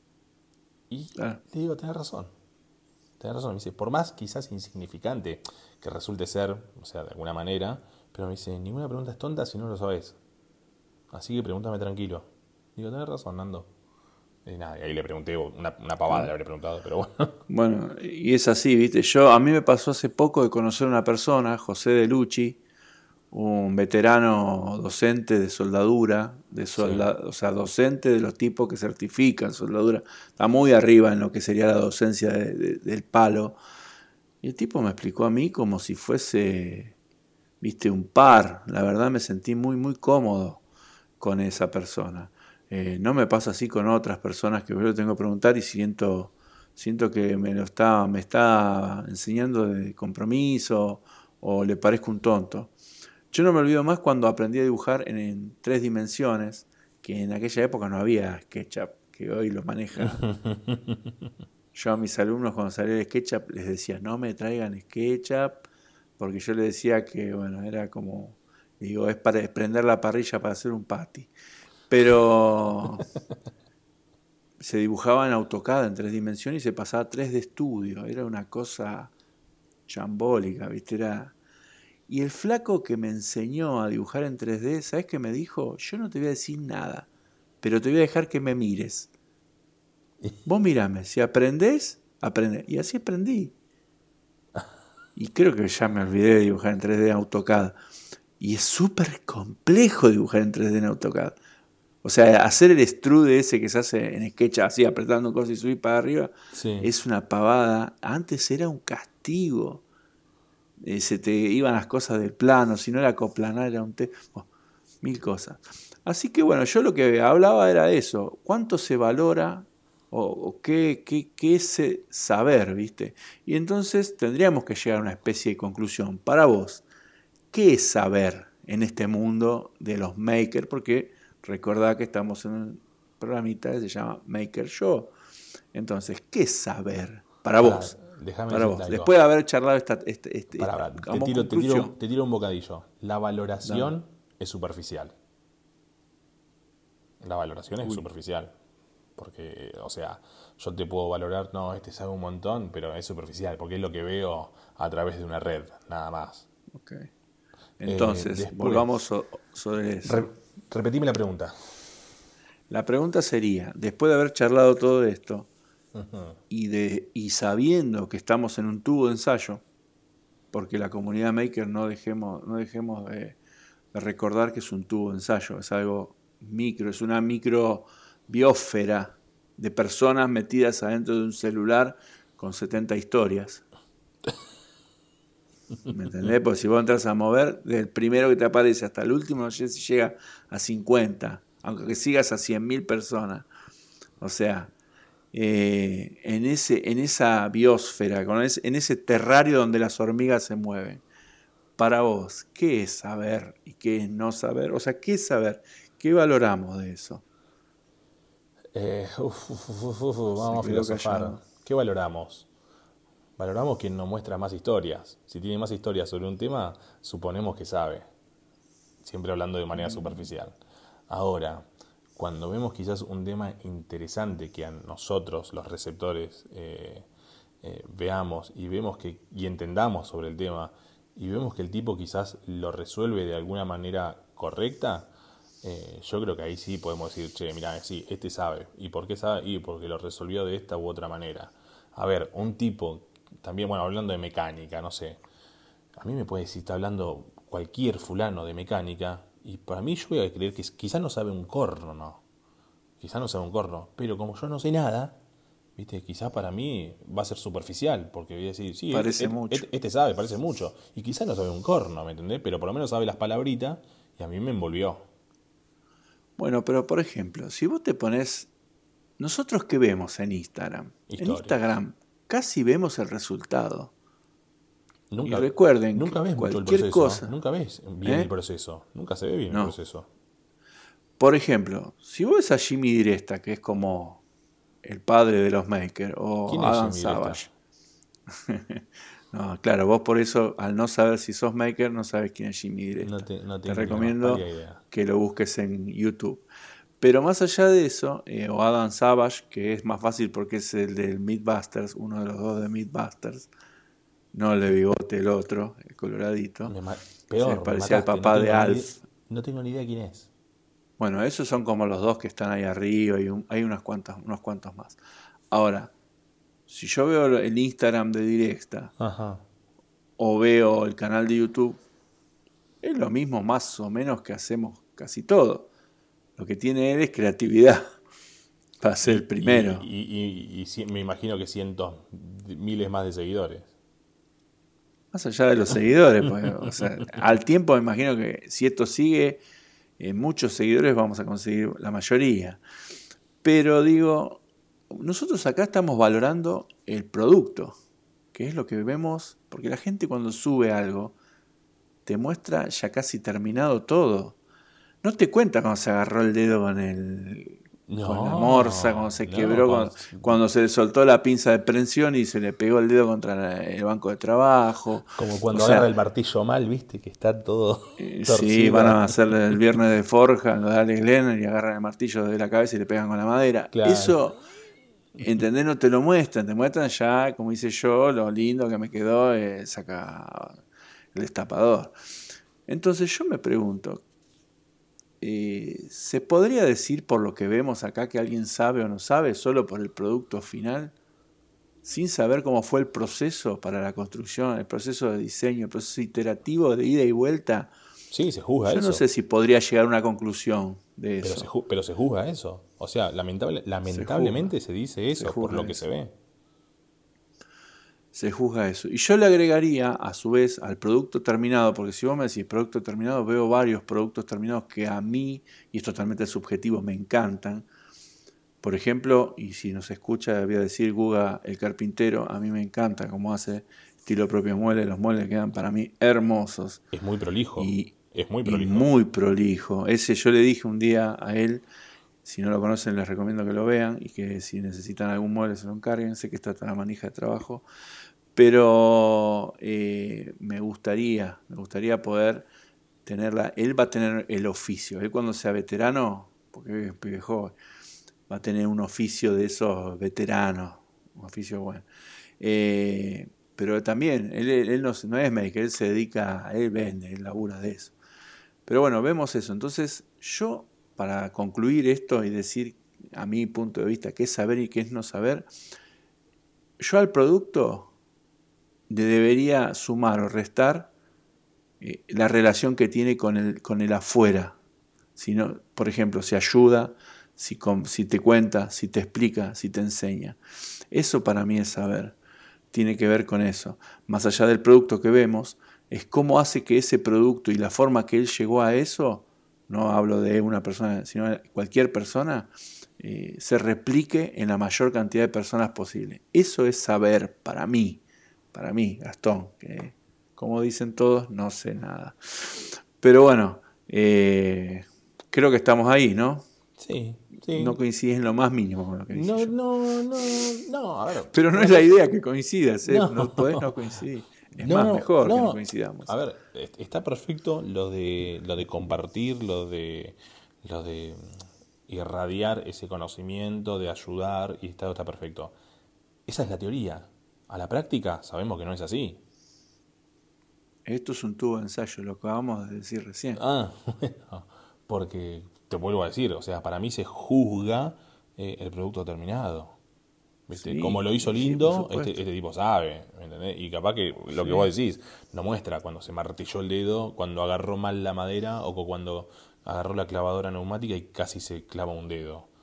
Y Claro. le digo, tenés razón. Me dice, por más quizás insignificante que resulte ser, o sea, de alguna manera, pero me dice, ninguna pregunta es tonta si no lo sabes. Así que pregúntame tranquilo. Digo, tenés razón, Nando. Y nada, y ahí le pregunté, una pavada le Claro. habría preguntado, pero bueno. Bueno, y es así, ¿viste? A mí me pasó hace poco de conocer a una persona, José De Lucci, un veterano docente de soldadura, Sí. o sea, docente de los tipos que certifican soldadura. Está muy arriba en lo que sería la docencia del palo. Y el tipo me explicó a mí como si fuese, viste, un par. La verdad me sentí muy, muy cómodo con esa persona. No me pasa así con otras personas que yo le tengo que preguntar y siento que me está enseñando de compromiso o le parezco un tonto. Yo no me olvido más cuando aprendí a dibujar en 3 dimensiones, que en aquella época no había SketchUp, que hoy lo maneja. Yo a mis alumnos cuando salía el SketchUp les decía, no me traigan SketchUp, porque yo les decía que, bueno, era como, digo, es para prender la parrilla para hacer un patty. Pero se dibujaba en AutoCAD en 3 dimensiones y se pasaba a 3D Studio. Era una cosa chambólica, ¿viste? Y el flaco que me enseñó a dibujar en 3D, ¿sabes qué me dijo? Yo no te voy a decir nada, pero te voy a dejar que me mires. Vos mirame, si aprendés, aprende. Y así aprendí. Y creo que ya me olvidé de dibujar en 3D en AutoCAD. Y es súper complejo dibujar en 3D en AutoCAD. O sea, hacer el extrude ese que se hace en Sketch así, apretando cosas y subir para arriba, Sí. es una pavada. Antes era un castigo. Se te iban las cosas del plano, si no era coplanar, era oh, mil cosas. Así que bueno, yo lo que hablaba era eso, cuánto se valora o qué es saber, ¿viste? Y entonces tendríamos que llegar a una especie de conclusión. Para vos, ¿qué es saber en este mundo de los makers? Porque recordá que estamos en un programita que se llama Maker Show. Entonces, ¿qué es saber para Pará, vos? déjame Para decirte vos, algo. después de haber charlado Pará, como conclusión. te tiro un bocadillo. La Dame. valoración es superficial. La valoración es Uy, superficial. Porque, o sea, yo te puedo valorar, no, este sabe un montón, pero es superficial, porque es lo que veo a través de una red, nada más. ok. Entonces, volvamos Después, sobre eso. repetime la pregunta. La pregunta sería, después de haber charlado todo esto y sabiendo que estamos en un tubo de ensayo, porque la comunidad maker no dejemos de recordar que es un tubo de ensayo, es algo micro, es una micro biosfera de personas metidas adentro de un celular con 70 historias. ¿Me entendés? Porque si vos entras a mover, del primero que te aparece hasta el último, no sé si llega a 50, aunque sigas a 100.000 personas. O sea, en esa biosfera, en ese terrario donde las hormigas se mueven, para vos, ¿qué es saber y qué es no saber? O sea, ¿qué es saber? ¿Qué valoramos de eso? Se Vamos a quedó filosofar. callado. ¿Qué valoramos? Valoramos quien nos muestra más historias. Si tiene más historias sobre un tema, suponemos que sabe. Siempre hablando de manera superficial. Ahora, cuando vemos quizás un tema interesante que a nosotros, los receptores, veamos y vemos y entendamos sobre el tema y vemos que el tipo quizás lo resuelve de alguna manera correcta, yo creo que ahí sí podemos decir, che, mira, sí, este sabe. ¿Y por qué sabe? Y porque lo resolvió de esta u otra manera. A ver, un tipo, también, bueno, hablando de mecánica, no sé, a mí me puede decir, está hablando cualquier fulano de mecánica, y para mí yo voy a creer que quizás no sabe un corno, ¿no? Quizás no sabe un corno, pero como yo no sé nada, ¿viste? Quizás para mí va a ser superficial, porque voy a decir, sí, Parece mucho. este sabe, parece mucho. Y quizás no sabe un corno, ¿me entendés? Pero por lo menos sabe las palabritas y a mí me envolvió. Bueno, pero por ejemplo, si vos te pones, nosotros qué vemos en Instagram. En Historias. Instagram casi vemos el resultado. Y Nunca, recuerden que nunca ves mucho el cualquier proceso, cosa, nunca ves bien el ¿eh? proceso, nunca se ve bien el No. proceso. Por ejemplo, si vos ves a Jimmy Diresta, que es como el padre de los makers, ¿Quién o es Adam Jimmy Diresta? Savage. No, claro, vos por eso, al no saber si sos maker, no sabes quién es Jimmy No, Diresta. no Te tengo ni la más recomiendo pálida idea. que lo busques en YouTube. Pero más allá de eso, o Adam Savage, que es más fácil porque es el del Mythbusters, uno de los dos de Mythbusters, no el de bigote, el otro, el coloradito, se Peor, me parecía al mataste, no papá de tengo ni idea, Alf. no tengo ni idea quién es. Bueno, esos son como los dos que están ahí arriba y hay unos cuantos más. Ahora, si yo veo el Instagram de Directa Ajá. o veo el canal de YouTube, es lo mismo más o menos que hacemos casi todo. Lo que tiene él es creatividad para ser el primero. Me imagino que cientos, miles más de seguidores. Más allá de los seguidores, pues, o sea, al tiempo me imagino que si esto sigue, muchos seguidores vamos a conseguir la mayoría. Pero digo, nosotros acá estamos valorando el producto, que es lo que vemos, porque la gente cuando sube algo te muestra ya casi terminado todo. No te cuenta cuando se agarró el dedo con la morsa, cuando No, se no, quebró, cuando se le soltó la pinza de prensión y se le pegó el dedo contra el banco de trabajo. como O cuando agarra sea, el martillo mal, viste, que está todo sí, van torcido. a hacer el viernes de forja, lo de Alex Lerner y agarran el martillo de la cabeza y le pegan con la madera. Claro. Eso, ¿entendés? No te lo muestran, te muestran ya, como hice yo, lo lindo que me quedó, saca el destapador. Entonces yo me pregunto, ¿se podría decir por lo que vemos acá que alguien sabe o no sabe solo por el producto final? Sin saber cómo fue el proceso para la construcción, el proceso de diseño, el proceso iterativo de ida y vuelta. Sí, se juzga Yo no sé eso. si podría llegar a una conclusión de Pero eso. pero se juzga eso. O sea, Se juzga, lamentablemente se dice se eso por lo juzga que se eso. ve. Se juzga eso. Y yo le agregaría, a su vez, al producto terminado, porque si vos me decís producto terminado, veo varios productos terminados que a mí, y es totalmente subjetivo, me encantan. Por ejemplo, y si nos escucha, voy a decir Guga el carpintero, a mí me encanta cómo hace estilo propio mueble, los muebles quedan para mí hermosos Es muy prolijo. y, Es muy y prolijo. muy prolijo. Ese yo le dije un día a él, si no lo conocen les recomiendo que lo vean y que si necesitan algún mueble se lo encarguen, sé que está toda la manija de trabajo, pero me gustaría poder tenerla, él va a tener el oficio, él cuando sea veterano, porque es pibe joven, va a tener un oficio de esos veteranos, un oficio bueno. Pero también, él no es maker, él se dedica, él vende, él labura de eso. Pero bueno, vemos eso. Entonces, yo, para concluir esto y decir a mi punto de vista qué es saber y qué es no saber, yo al producto le debería sumar o restar la relación que tiene con el afuera. Si no, por ejemplo, si ayuda, si te cuenta, si te explica, si te enseña. Eso para mí es saber. Tiene que ver con eso. Más allá del producto que vemos, es cómo hace que ese producto y la forma que él llegó a eso, no hablo de una persona, sino de cualquier persona, se replique en la mayor cantidad de personas posible. Eso es saber para mí, Gastón, que como dicen todos, no sé nada. Pero bueno, creo que estamos ahí, ¿no? Sí, No sí. coincidís en lo más mínimo con lo que dije No, yo. no, no, no, a ver, Pero no una es la cosa. idea que coincidas, ¿eh? No, No podés no coincidir. Es no, más, no, mejor que no no. A coincidamos. ver, está perfecto lo de compartir, lo de irradiar ese conocimiento, de ayudar, y está perfecto. Esa es la teoría. A la práctica sabemos que no es así. Esto es un tubo de ensayo, lo acabamos de decir recién. Ah, bueno, porque te vuelvo a decir, o sea, para mí se juzga el producto terminado. ¿Viste? Como Sí, lo hizo y sí, por lindo, supuesto. este tipo sabe, ¿me entendés? Y capaz que lo que Sí. vos decís no muestra cuando se martilló el dedo, cuando agarró mal la madera o cuando agarró la clavadora neumática y casi se clava un dedo.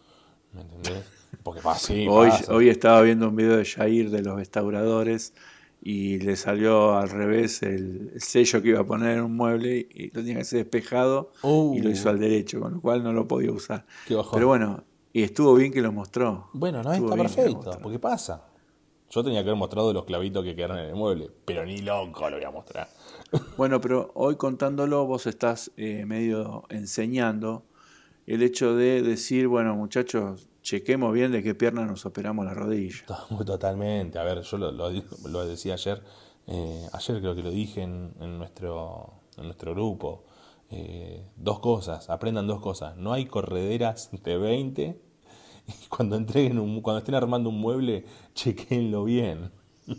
¿Me entendés? Porque pasa, sí, Hoy, pasa. hoy estaba viendo un video de Jair de los restauradores y le salió al revés el sello que iba a poner en un mueble y lo tenía que hacer despejado y lo hizo Uh, al derecho, con lo cual no lo podía usar. qué Pero bajón. bueno, y estuvo bien que lo mostró. Bueno, no Estuvo está bien que lo perfecto, mostró. porque pasa. Yo tenía que haber mostrado los clavitos que quedaron en el mueble, pero ni loco lo voy a mostrar. Bueno, pero hoy contándolo vos estás medio enseñando el hecho de decir, bueno muchachos, chequemos bien de qué pierna nos operamos la rodilla. Totalmente. A ver, yo lo decía ayer. Ayer creo que lo dije en nuestro grupo. Dos cosas, aprendan dos cosas. No hay correderas de 20 y cuando estén armando un mueble, chequenlo bien.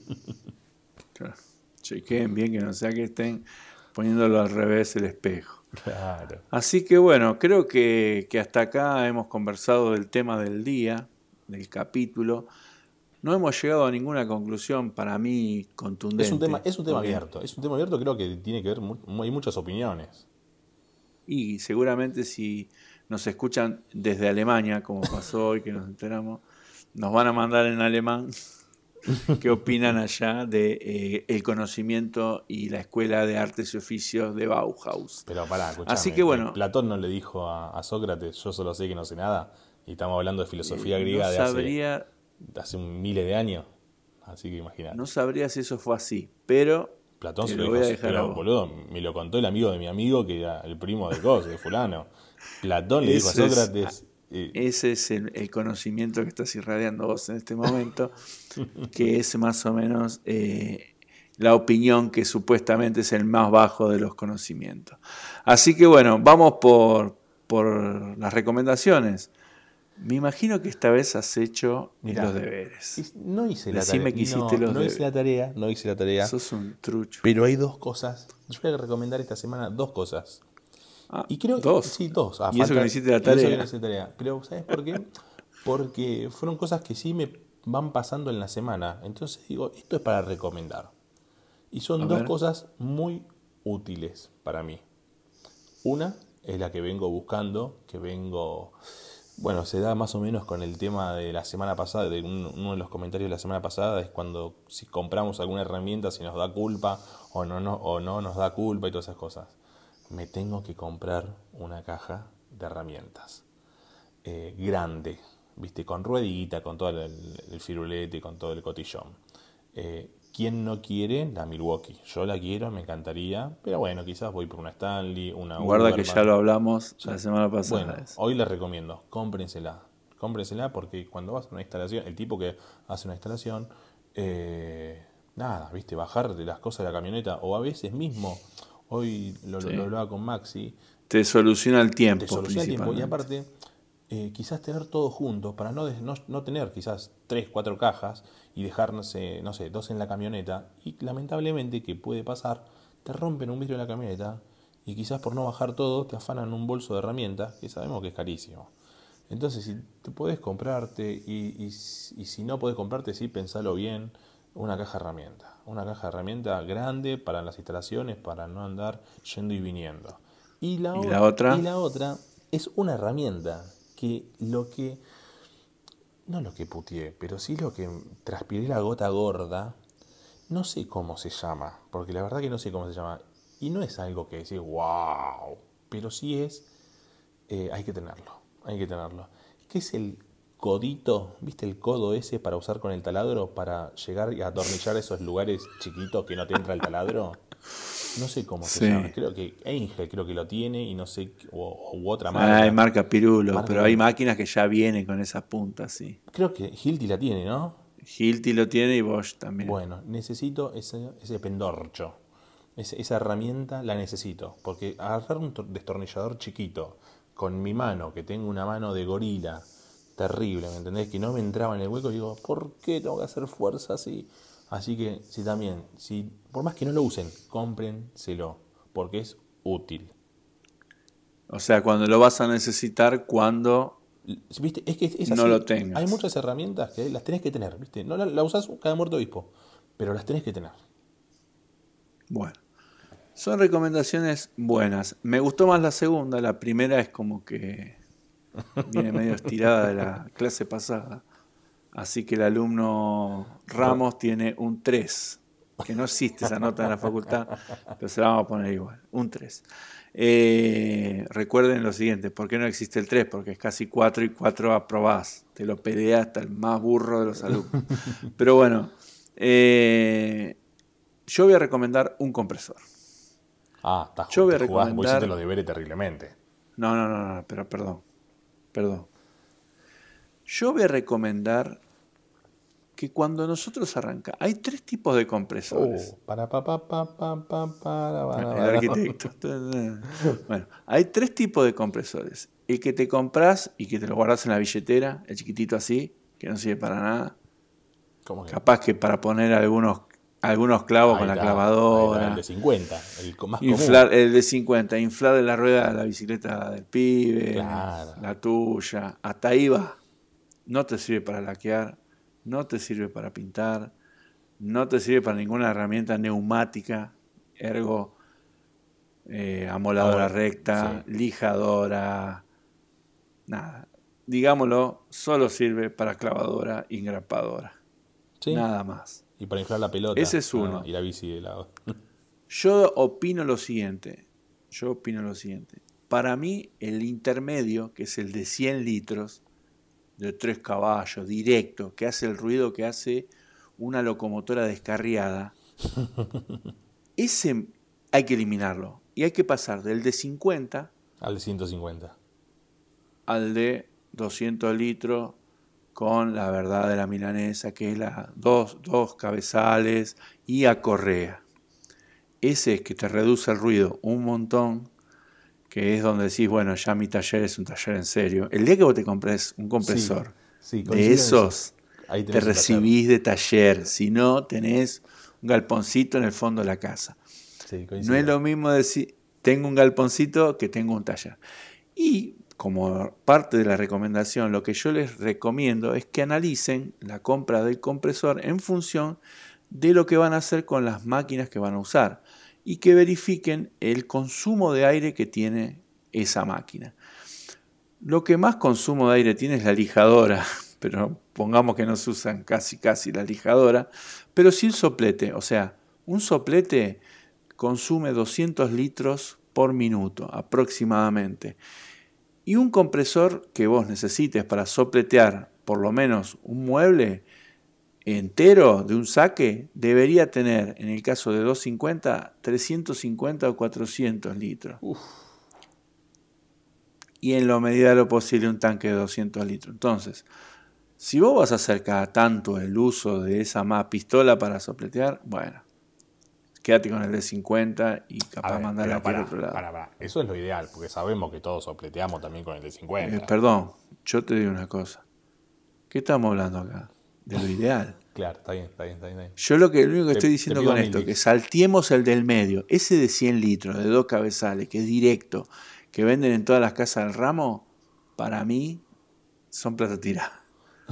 Claro. Chequeen bien que no sea que estén poniéndolo al revés el espejo. Claro. Así que bueno, creo que hasta acá hemos conversado del tema del día, del capítulo. No hemos llegado a ninguna conclusión para mí contundente, Es un tema porque abierto. Es un tema abierto, creo que tiene que ver, hay muchas opiniones. y seguramente si nos escuchan desde Alemania, como pasó hoy que nos enteramos, nos van a mandar en alemán qué opinan allá de el conocimiento y la escuela de artes y oficios de Bauhaus. Pero pará, Así escúchame, que bueno, Platón no le dijo a Sócrates, yo solo sé que no sé nada, y estamos hablando de filosofía no griega sabría, de hace un miles de años, así que no imagínate. sabría si eso fue así, pero Platón te se lo lo dijo, voy a dejar a pero vos. boludo, me lo contó el amigo de mi amigo, que era el primo de Cos, de fulano. Platón le dijo a Ese es, Sócrates, ese es el conocimiento que estás irradiando vos en este momento, que es más o menos la opinión que supuestamente es el más bajo de los conocimientos. Así que bueno, vamos por las recomendaciones. Me imagino que esta vez has hecho los mirá, deberes. no hice la tarea, Decime que hiciste los deberes. no hice la tarea, Sos un trucho. pero hay dos cosas, yo voy a recomendar esta semana dos cosas. Ah, Y creo, dos. sí, dos. Y eso que no hiciste la Y eso que no tarea. hice tarea. Pero, ¿sabes por qué? Porque fueron cosas que sí me van pasando en la semana. Entonces digo, esto es para recomendar. Y A son dos ver. cosas muy útiles para mí. Una es la que vengo buscando, bueno, se da más o menos con el tema de la semana pasada, uno de los comentarios de la semana pasada, es cuando si compramos alguna herramienta, si nos da culpa o no nos da culpa y todas esas cosas. Me tengo que comprar una caja de herramientas grande, ¿viste? Con ruedita, con todo el firulete, con todo el cotillón. ¿Quién no quiere la Milwaukee? Yo la quiero, me encantaría, pero bueno, quizás voy por una Stanley, una Guarda que ya Uberman. lo hablamos Ya. la semana pasada. Bueno, hoy les recomiendo, cómprensela. Cómprensela porque cuando vas a una instalación, el tipo que hace una instalación, nada, ¿viste? Bajar de las cosas de la camioneta, o a veces mismo, hoy lo Sí. hablaba con Maxi, Te soluciona el te tiempo soluciona el tiempo y principalmente. aparte quizás tener todo junto para no tener quizás 3, 4 cajas y dejar, no sé, dos en la camioneta y lamentablemente que puede pasar, te rompen un vidrio de la camioneta y quizás por no bajar todo te afanan un bolso de herramientas que sabemos que es carísimo. Entonces si te podés comprarte y si no podés comprarte, sí, pensalo bien, una caja de herramientas grande para las instalaciones, para no andar yendo y viniendo. ¿Y la otra? Y la otra es una herramienta que no lo que putié, pero sí lo que transpiré la gota gorda, no sé cómo se llama, porque la verdad que no sé cómo se llama. Y no es algo que decís, wow, pero sí hay que tenerlo, hay que tenerlo. ¿Qué es el codito? ¿Viste el codo ese para usar con el taladro para llegar y atornillar esos lugares chiquitos que no te entra el taladro? No sé cómo se llama, Sí. creo que Angel creo que lo tiene y no sé, u otra Hay marca. marca Pirulo, Marca pero hay que máquinas que ya vienen con esas puntas, sí. creo que Hilti la tiene, ¿no? Hilti lo tiene y Bosch también. Bueno, necesito ese pendorcho. Esa herramienta la necesito. Porque agarrar un destornillador chiquito con mi mano, que tengo una mano de gorila terrible, ¿me entendés? Que no me entraba en el hueco, digo, ¿por qué tengo que hacer fuerza así? Así que, si por más que no lo usen, cómprenselo, porque es útil. O sea, cuando lo vas a necesitar, cuando ¿Viste? Es que es no lo así. Hay tengas. muchas herramientas que las tenés que tener, ¿viste? No la usás cada muerto obispo, pero las tenés que tener. Bueno, son recomendaciones buenas. Me gustó más la segunda, la primera es como que Viene medio estirada de la clase pasada. Así que el alumno Ro- Ramos tiene un 3, que no existe esa nota en la facultad, pero se la vamos a poner igual, un 3. Recuerden lo siguiente, ¿por qué no existe el 3? Porque es casi 4 y 4 aprobás. Te lo pelea hasta el más burro de los alumnos. Pero bueno, yo voy a recomendar un compresor. Yo voy a te jugás, vos hiciste los recomendar... deberes terriblemente. No, pero perdón. Yo voy a recomendar que cuando nosotros arrancamos, hay tres tipos de compresores. El Para. arquitecto. Bueno, hay tres tipos de compresores. El que te compras y que te lo guardas en la billetera, el chiquitito así, que no sirve para nada. ¿Cómo que? Capaz que para poner algunos clavos con la Ahí está, el de clavadora. 50, el más común. Inflar el de 50, inflar la rueda de la bicicleta del pibe, Claro. la tuya. Hasta ahí va. No te sirve para laquear, no te sirve para pintar, no te sirve para ninguna herramienta neumática, ergo amoladora recta, Sí. lijadora, nada. Digámoslo, solo sirve para clavadora y engrapadora, Sí. nada más. Y para inflar la pelota, Ese es nada más. uno. Y la bici de lado. Yo opino lo siguiente, Para mí, el intermedio, que es el de 100 litros, de 3 caballos, directo, que hace el ruido que hace una locomotora descarriada, ese hay que eliminarlo. Y hay que pasar del de 50 Al de 150. al de 200 litros con la verdad de la milanesa, que es dos cabezales y a correa. Ese es que te reduce el ruido un montón, que es donde decís, bueno, ya mi taller es un taller en serio. El día que vos te compres un Sí, compresor sí, de coincido en eso. esos, Ahí te tenés un taller. recibís de taller. Si no, tenés un galponcito en el fondo de la casa. Sí, No es coincido. lo mismo decir, tengo un galponcito que tengo un taller. Y como parte de la recomendación, lo que yo les recomiendo es que analicen la compra del compresor en función de lo que van a hacer con las máquinas que van a usar y que verifiquen el consumo de aire que tiene esa máquina. Lo que más consumo de aire tiene es la lijadora, pero pongamos que no se usan casi la lijadora, pero sí el soplete. O sea, un soplete consume 200 litros por minuto aproximadamente. Y un compresor que vos necesites para sopletear por lo menos un mueble entero de un saque debería tener, en el caso de 250, 350 o 400 litros. Y en la medida de lo posible un tanque de 200 litros. Entonces, si vos vas a hacer cada tanto el uso de esa más pistola para sopletear, bueno, quédate con el de 50 y A capaz ver, mandarla pero aquí al otro lado. Eso es lo ideal, porque sabemos que todos sopleteamos también con el de 50. Perdón, yo te digo una cosa. ¿Qué estamos hablando acá? De lo ideal. Claro, está bien. Yo lo único que Te, estoy te diciendo pido con esto, que 1000 bits. salteemos el del medio, ese de 100 litros, de dos cabezales, que es directo, que venden en todas las casas del ramo, para mí son plata tirada.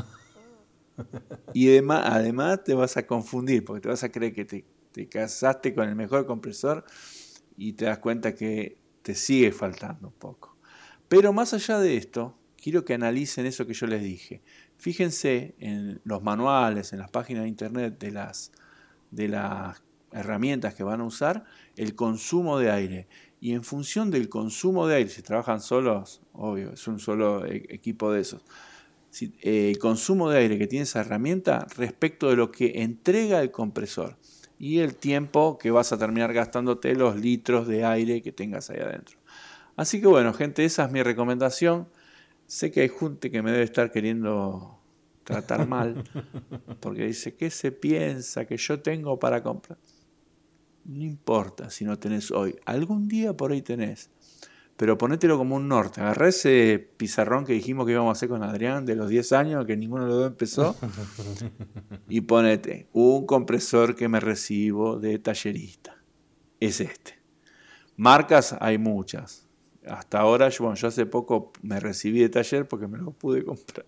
Y además te vas a confundir, porque te vas a creer que te casaste con el mejor compresor y te das cuenta que te sigue faltando un poco. Pero más allá de esto, quiero que analicen eso que yo les dije. Fíjense en los manuales, en las páginas de internet de las herramientas que van a usar, el consumo de aire. Y en función del consumo de aire, si trabajan solos, obvio, es un solo equipo de esos. El consumo de aire que tiene esa herramienta respecto de lo que entrega el compresor y el tiempo que vas a terminar gastándote los litros de aire que tengas ahí adentro. Así que bueno, gente, esa es mi recomendación. Sé que hay gente que me debe estar queriendo tratar mal, porque dice, ¿qué se piensa que yo tengo para comprar? No importa si no tenés hoy, algún día por ahí tenés, pero ponételo como un norte. Agarrá ese pizarrón que dijimos que íbamos a hacer con Adrián de los 10 años, que ninguno de los dos empezó, y ponete un compresor que me recibo de tallerista. Es este. Marcas hay muchas. Hasta ahora, yo hace poco me recibí de taller porque me lo pude comprar.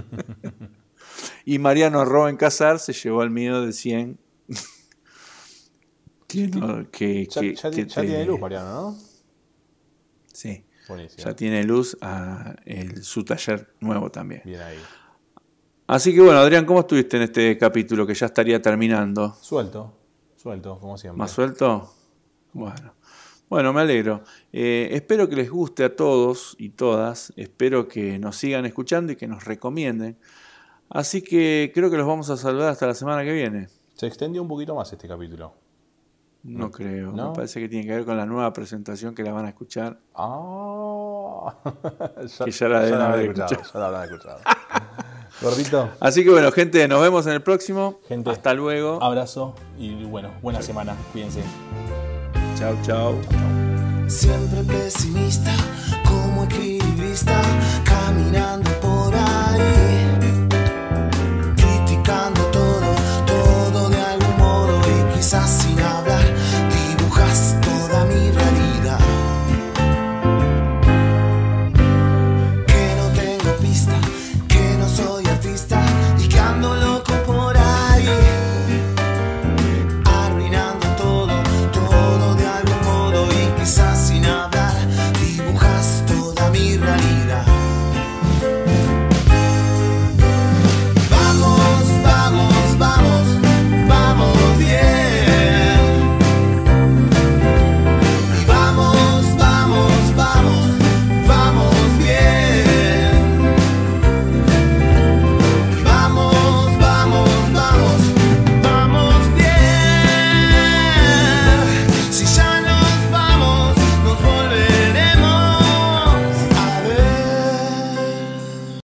Y Mariano Roben Casar se llevó el mío de 100. Ya tiene luz, Mariano, ¿no? Sí. Buenísimo. Ya tiene luz su taller nuevo también. Bien ahí. Así que bueno, Adrián, ¿cómo estuviste en este capítulo que ya estaría terminando? Suelto, como siempre. ¿Más suelto? Bueno, me alegro. Espero que les guste a todos y todas. Espero que nos sigan escuchando y que nos recomienden. Así que creo que los vamos a saludar hasta la semana que viene. Se extendió un poquito más este capítulo. No creo. ¿No? Me parece que tiene que ver con la nueva presentación que la van a escuchar. Que ya la deben haber escuchado. Ya la habrán escuchado. Gordito. Así que bueno, gente, nos vemos en el próximo. Gente, hasta luego. Abrazo y bueno, buena semana. Cuídense. Chao, chao. Siempre pesimista, como equilibrista, caminando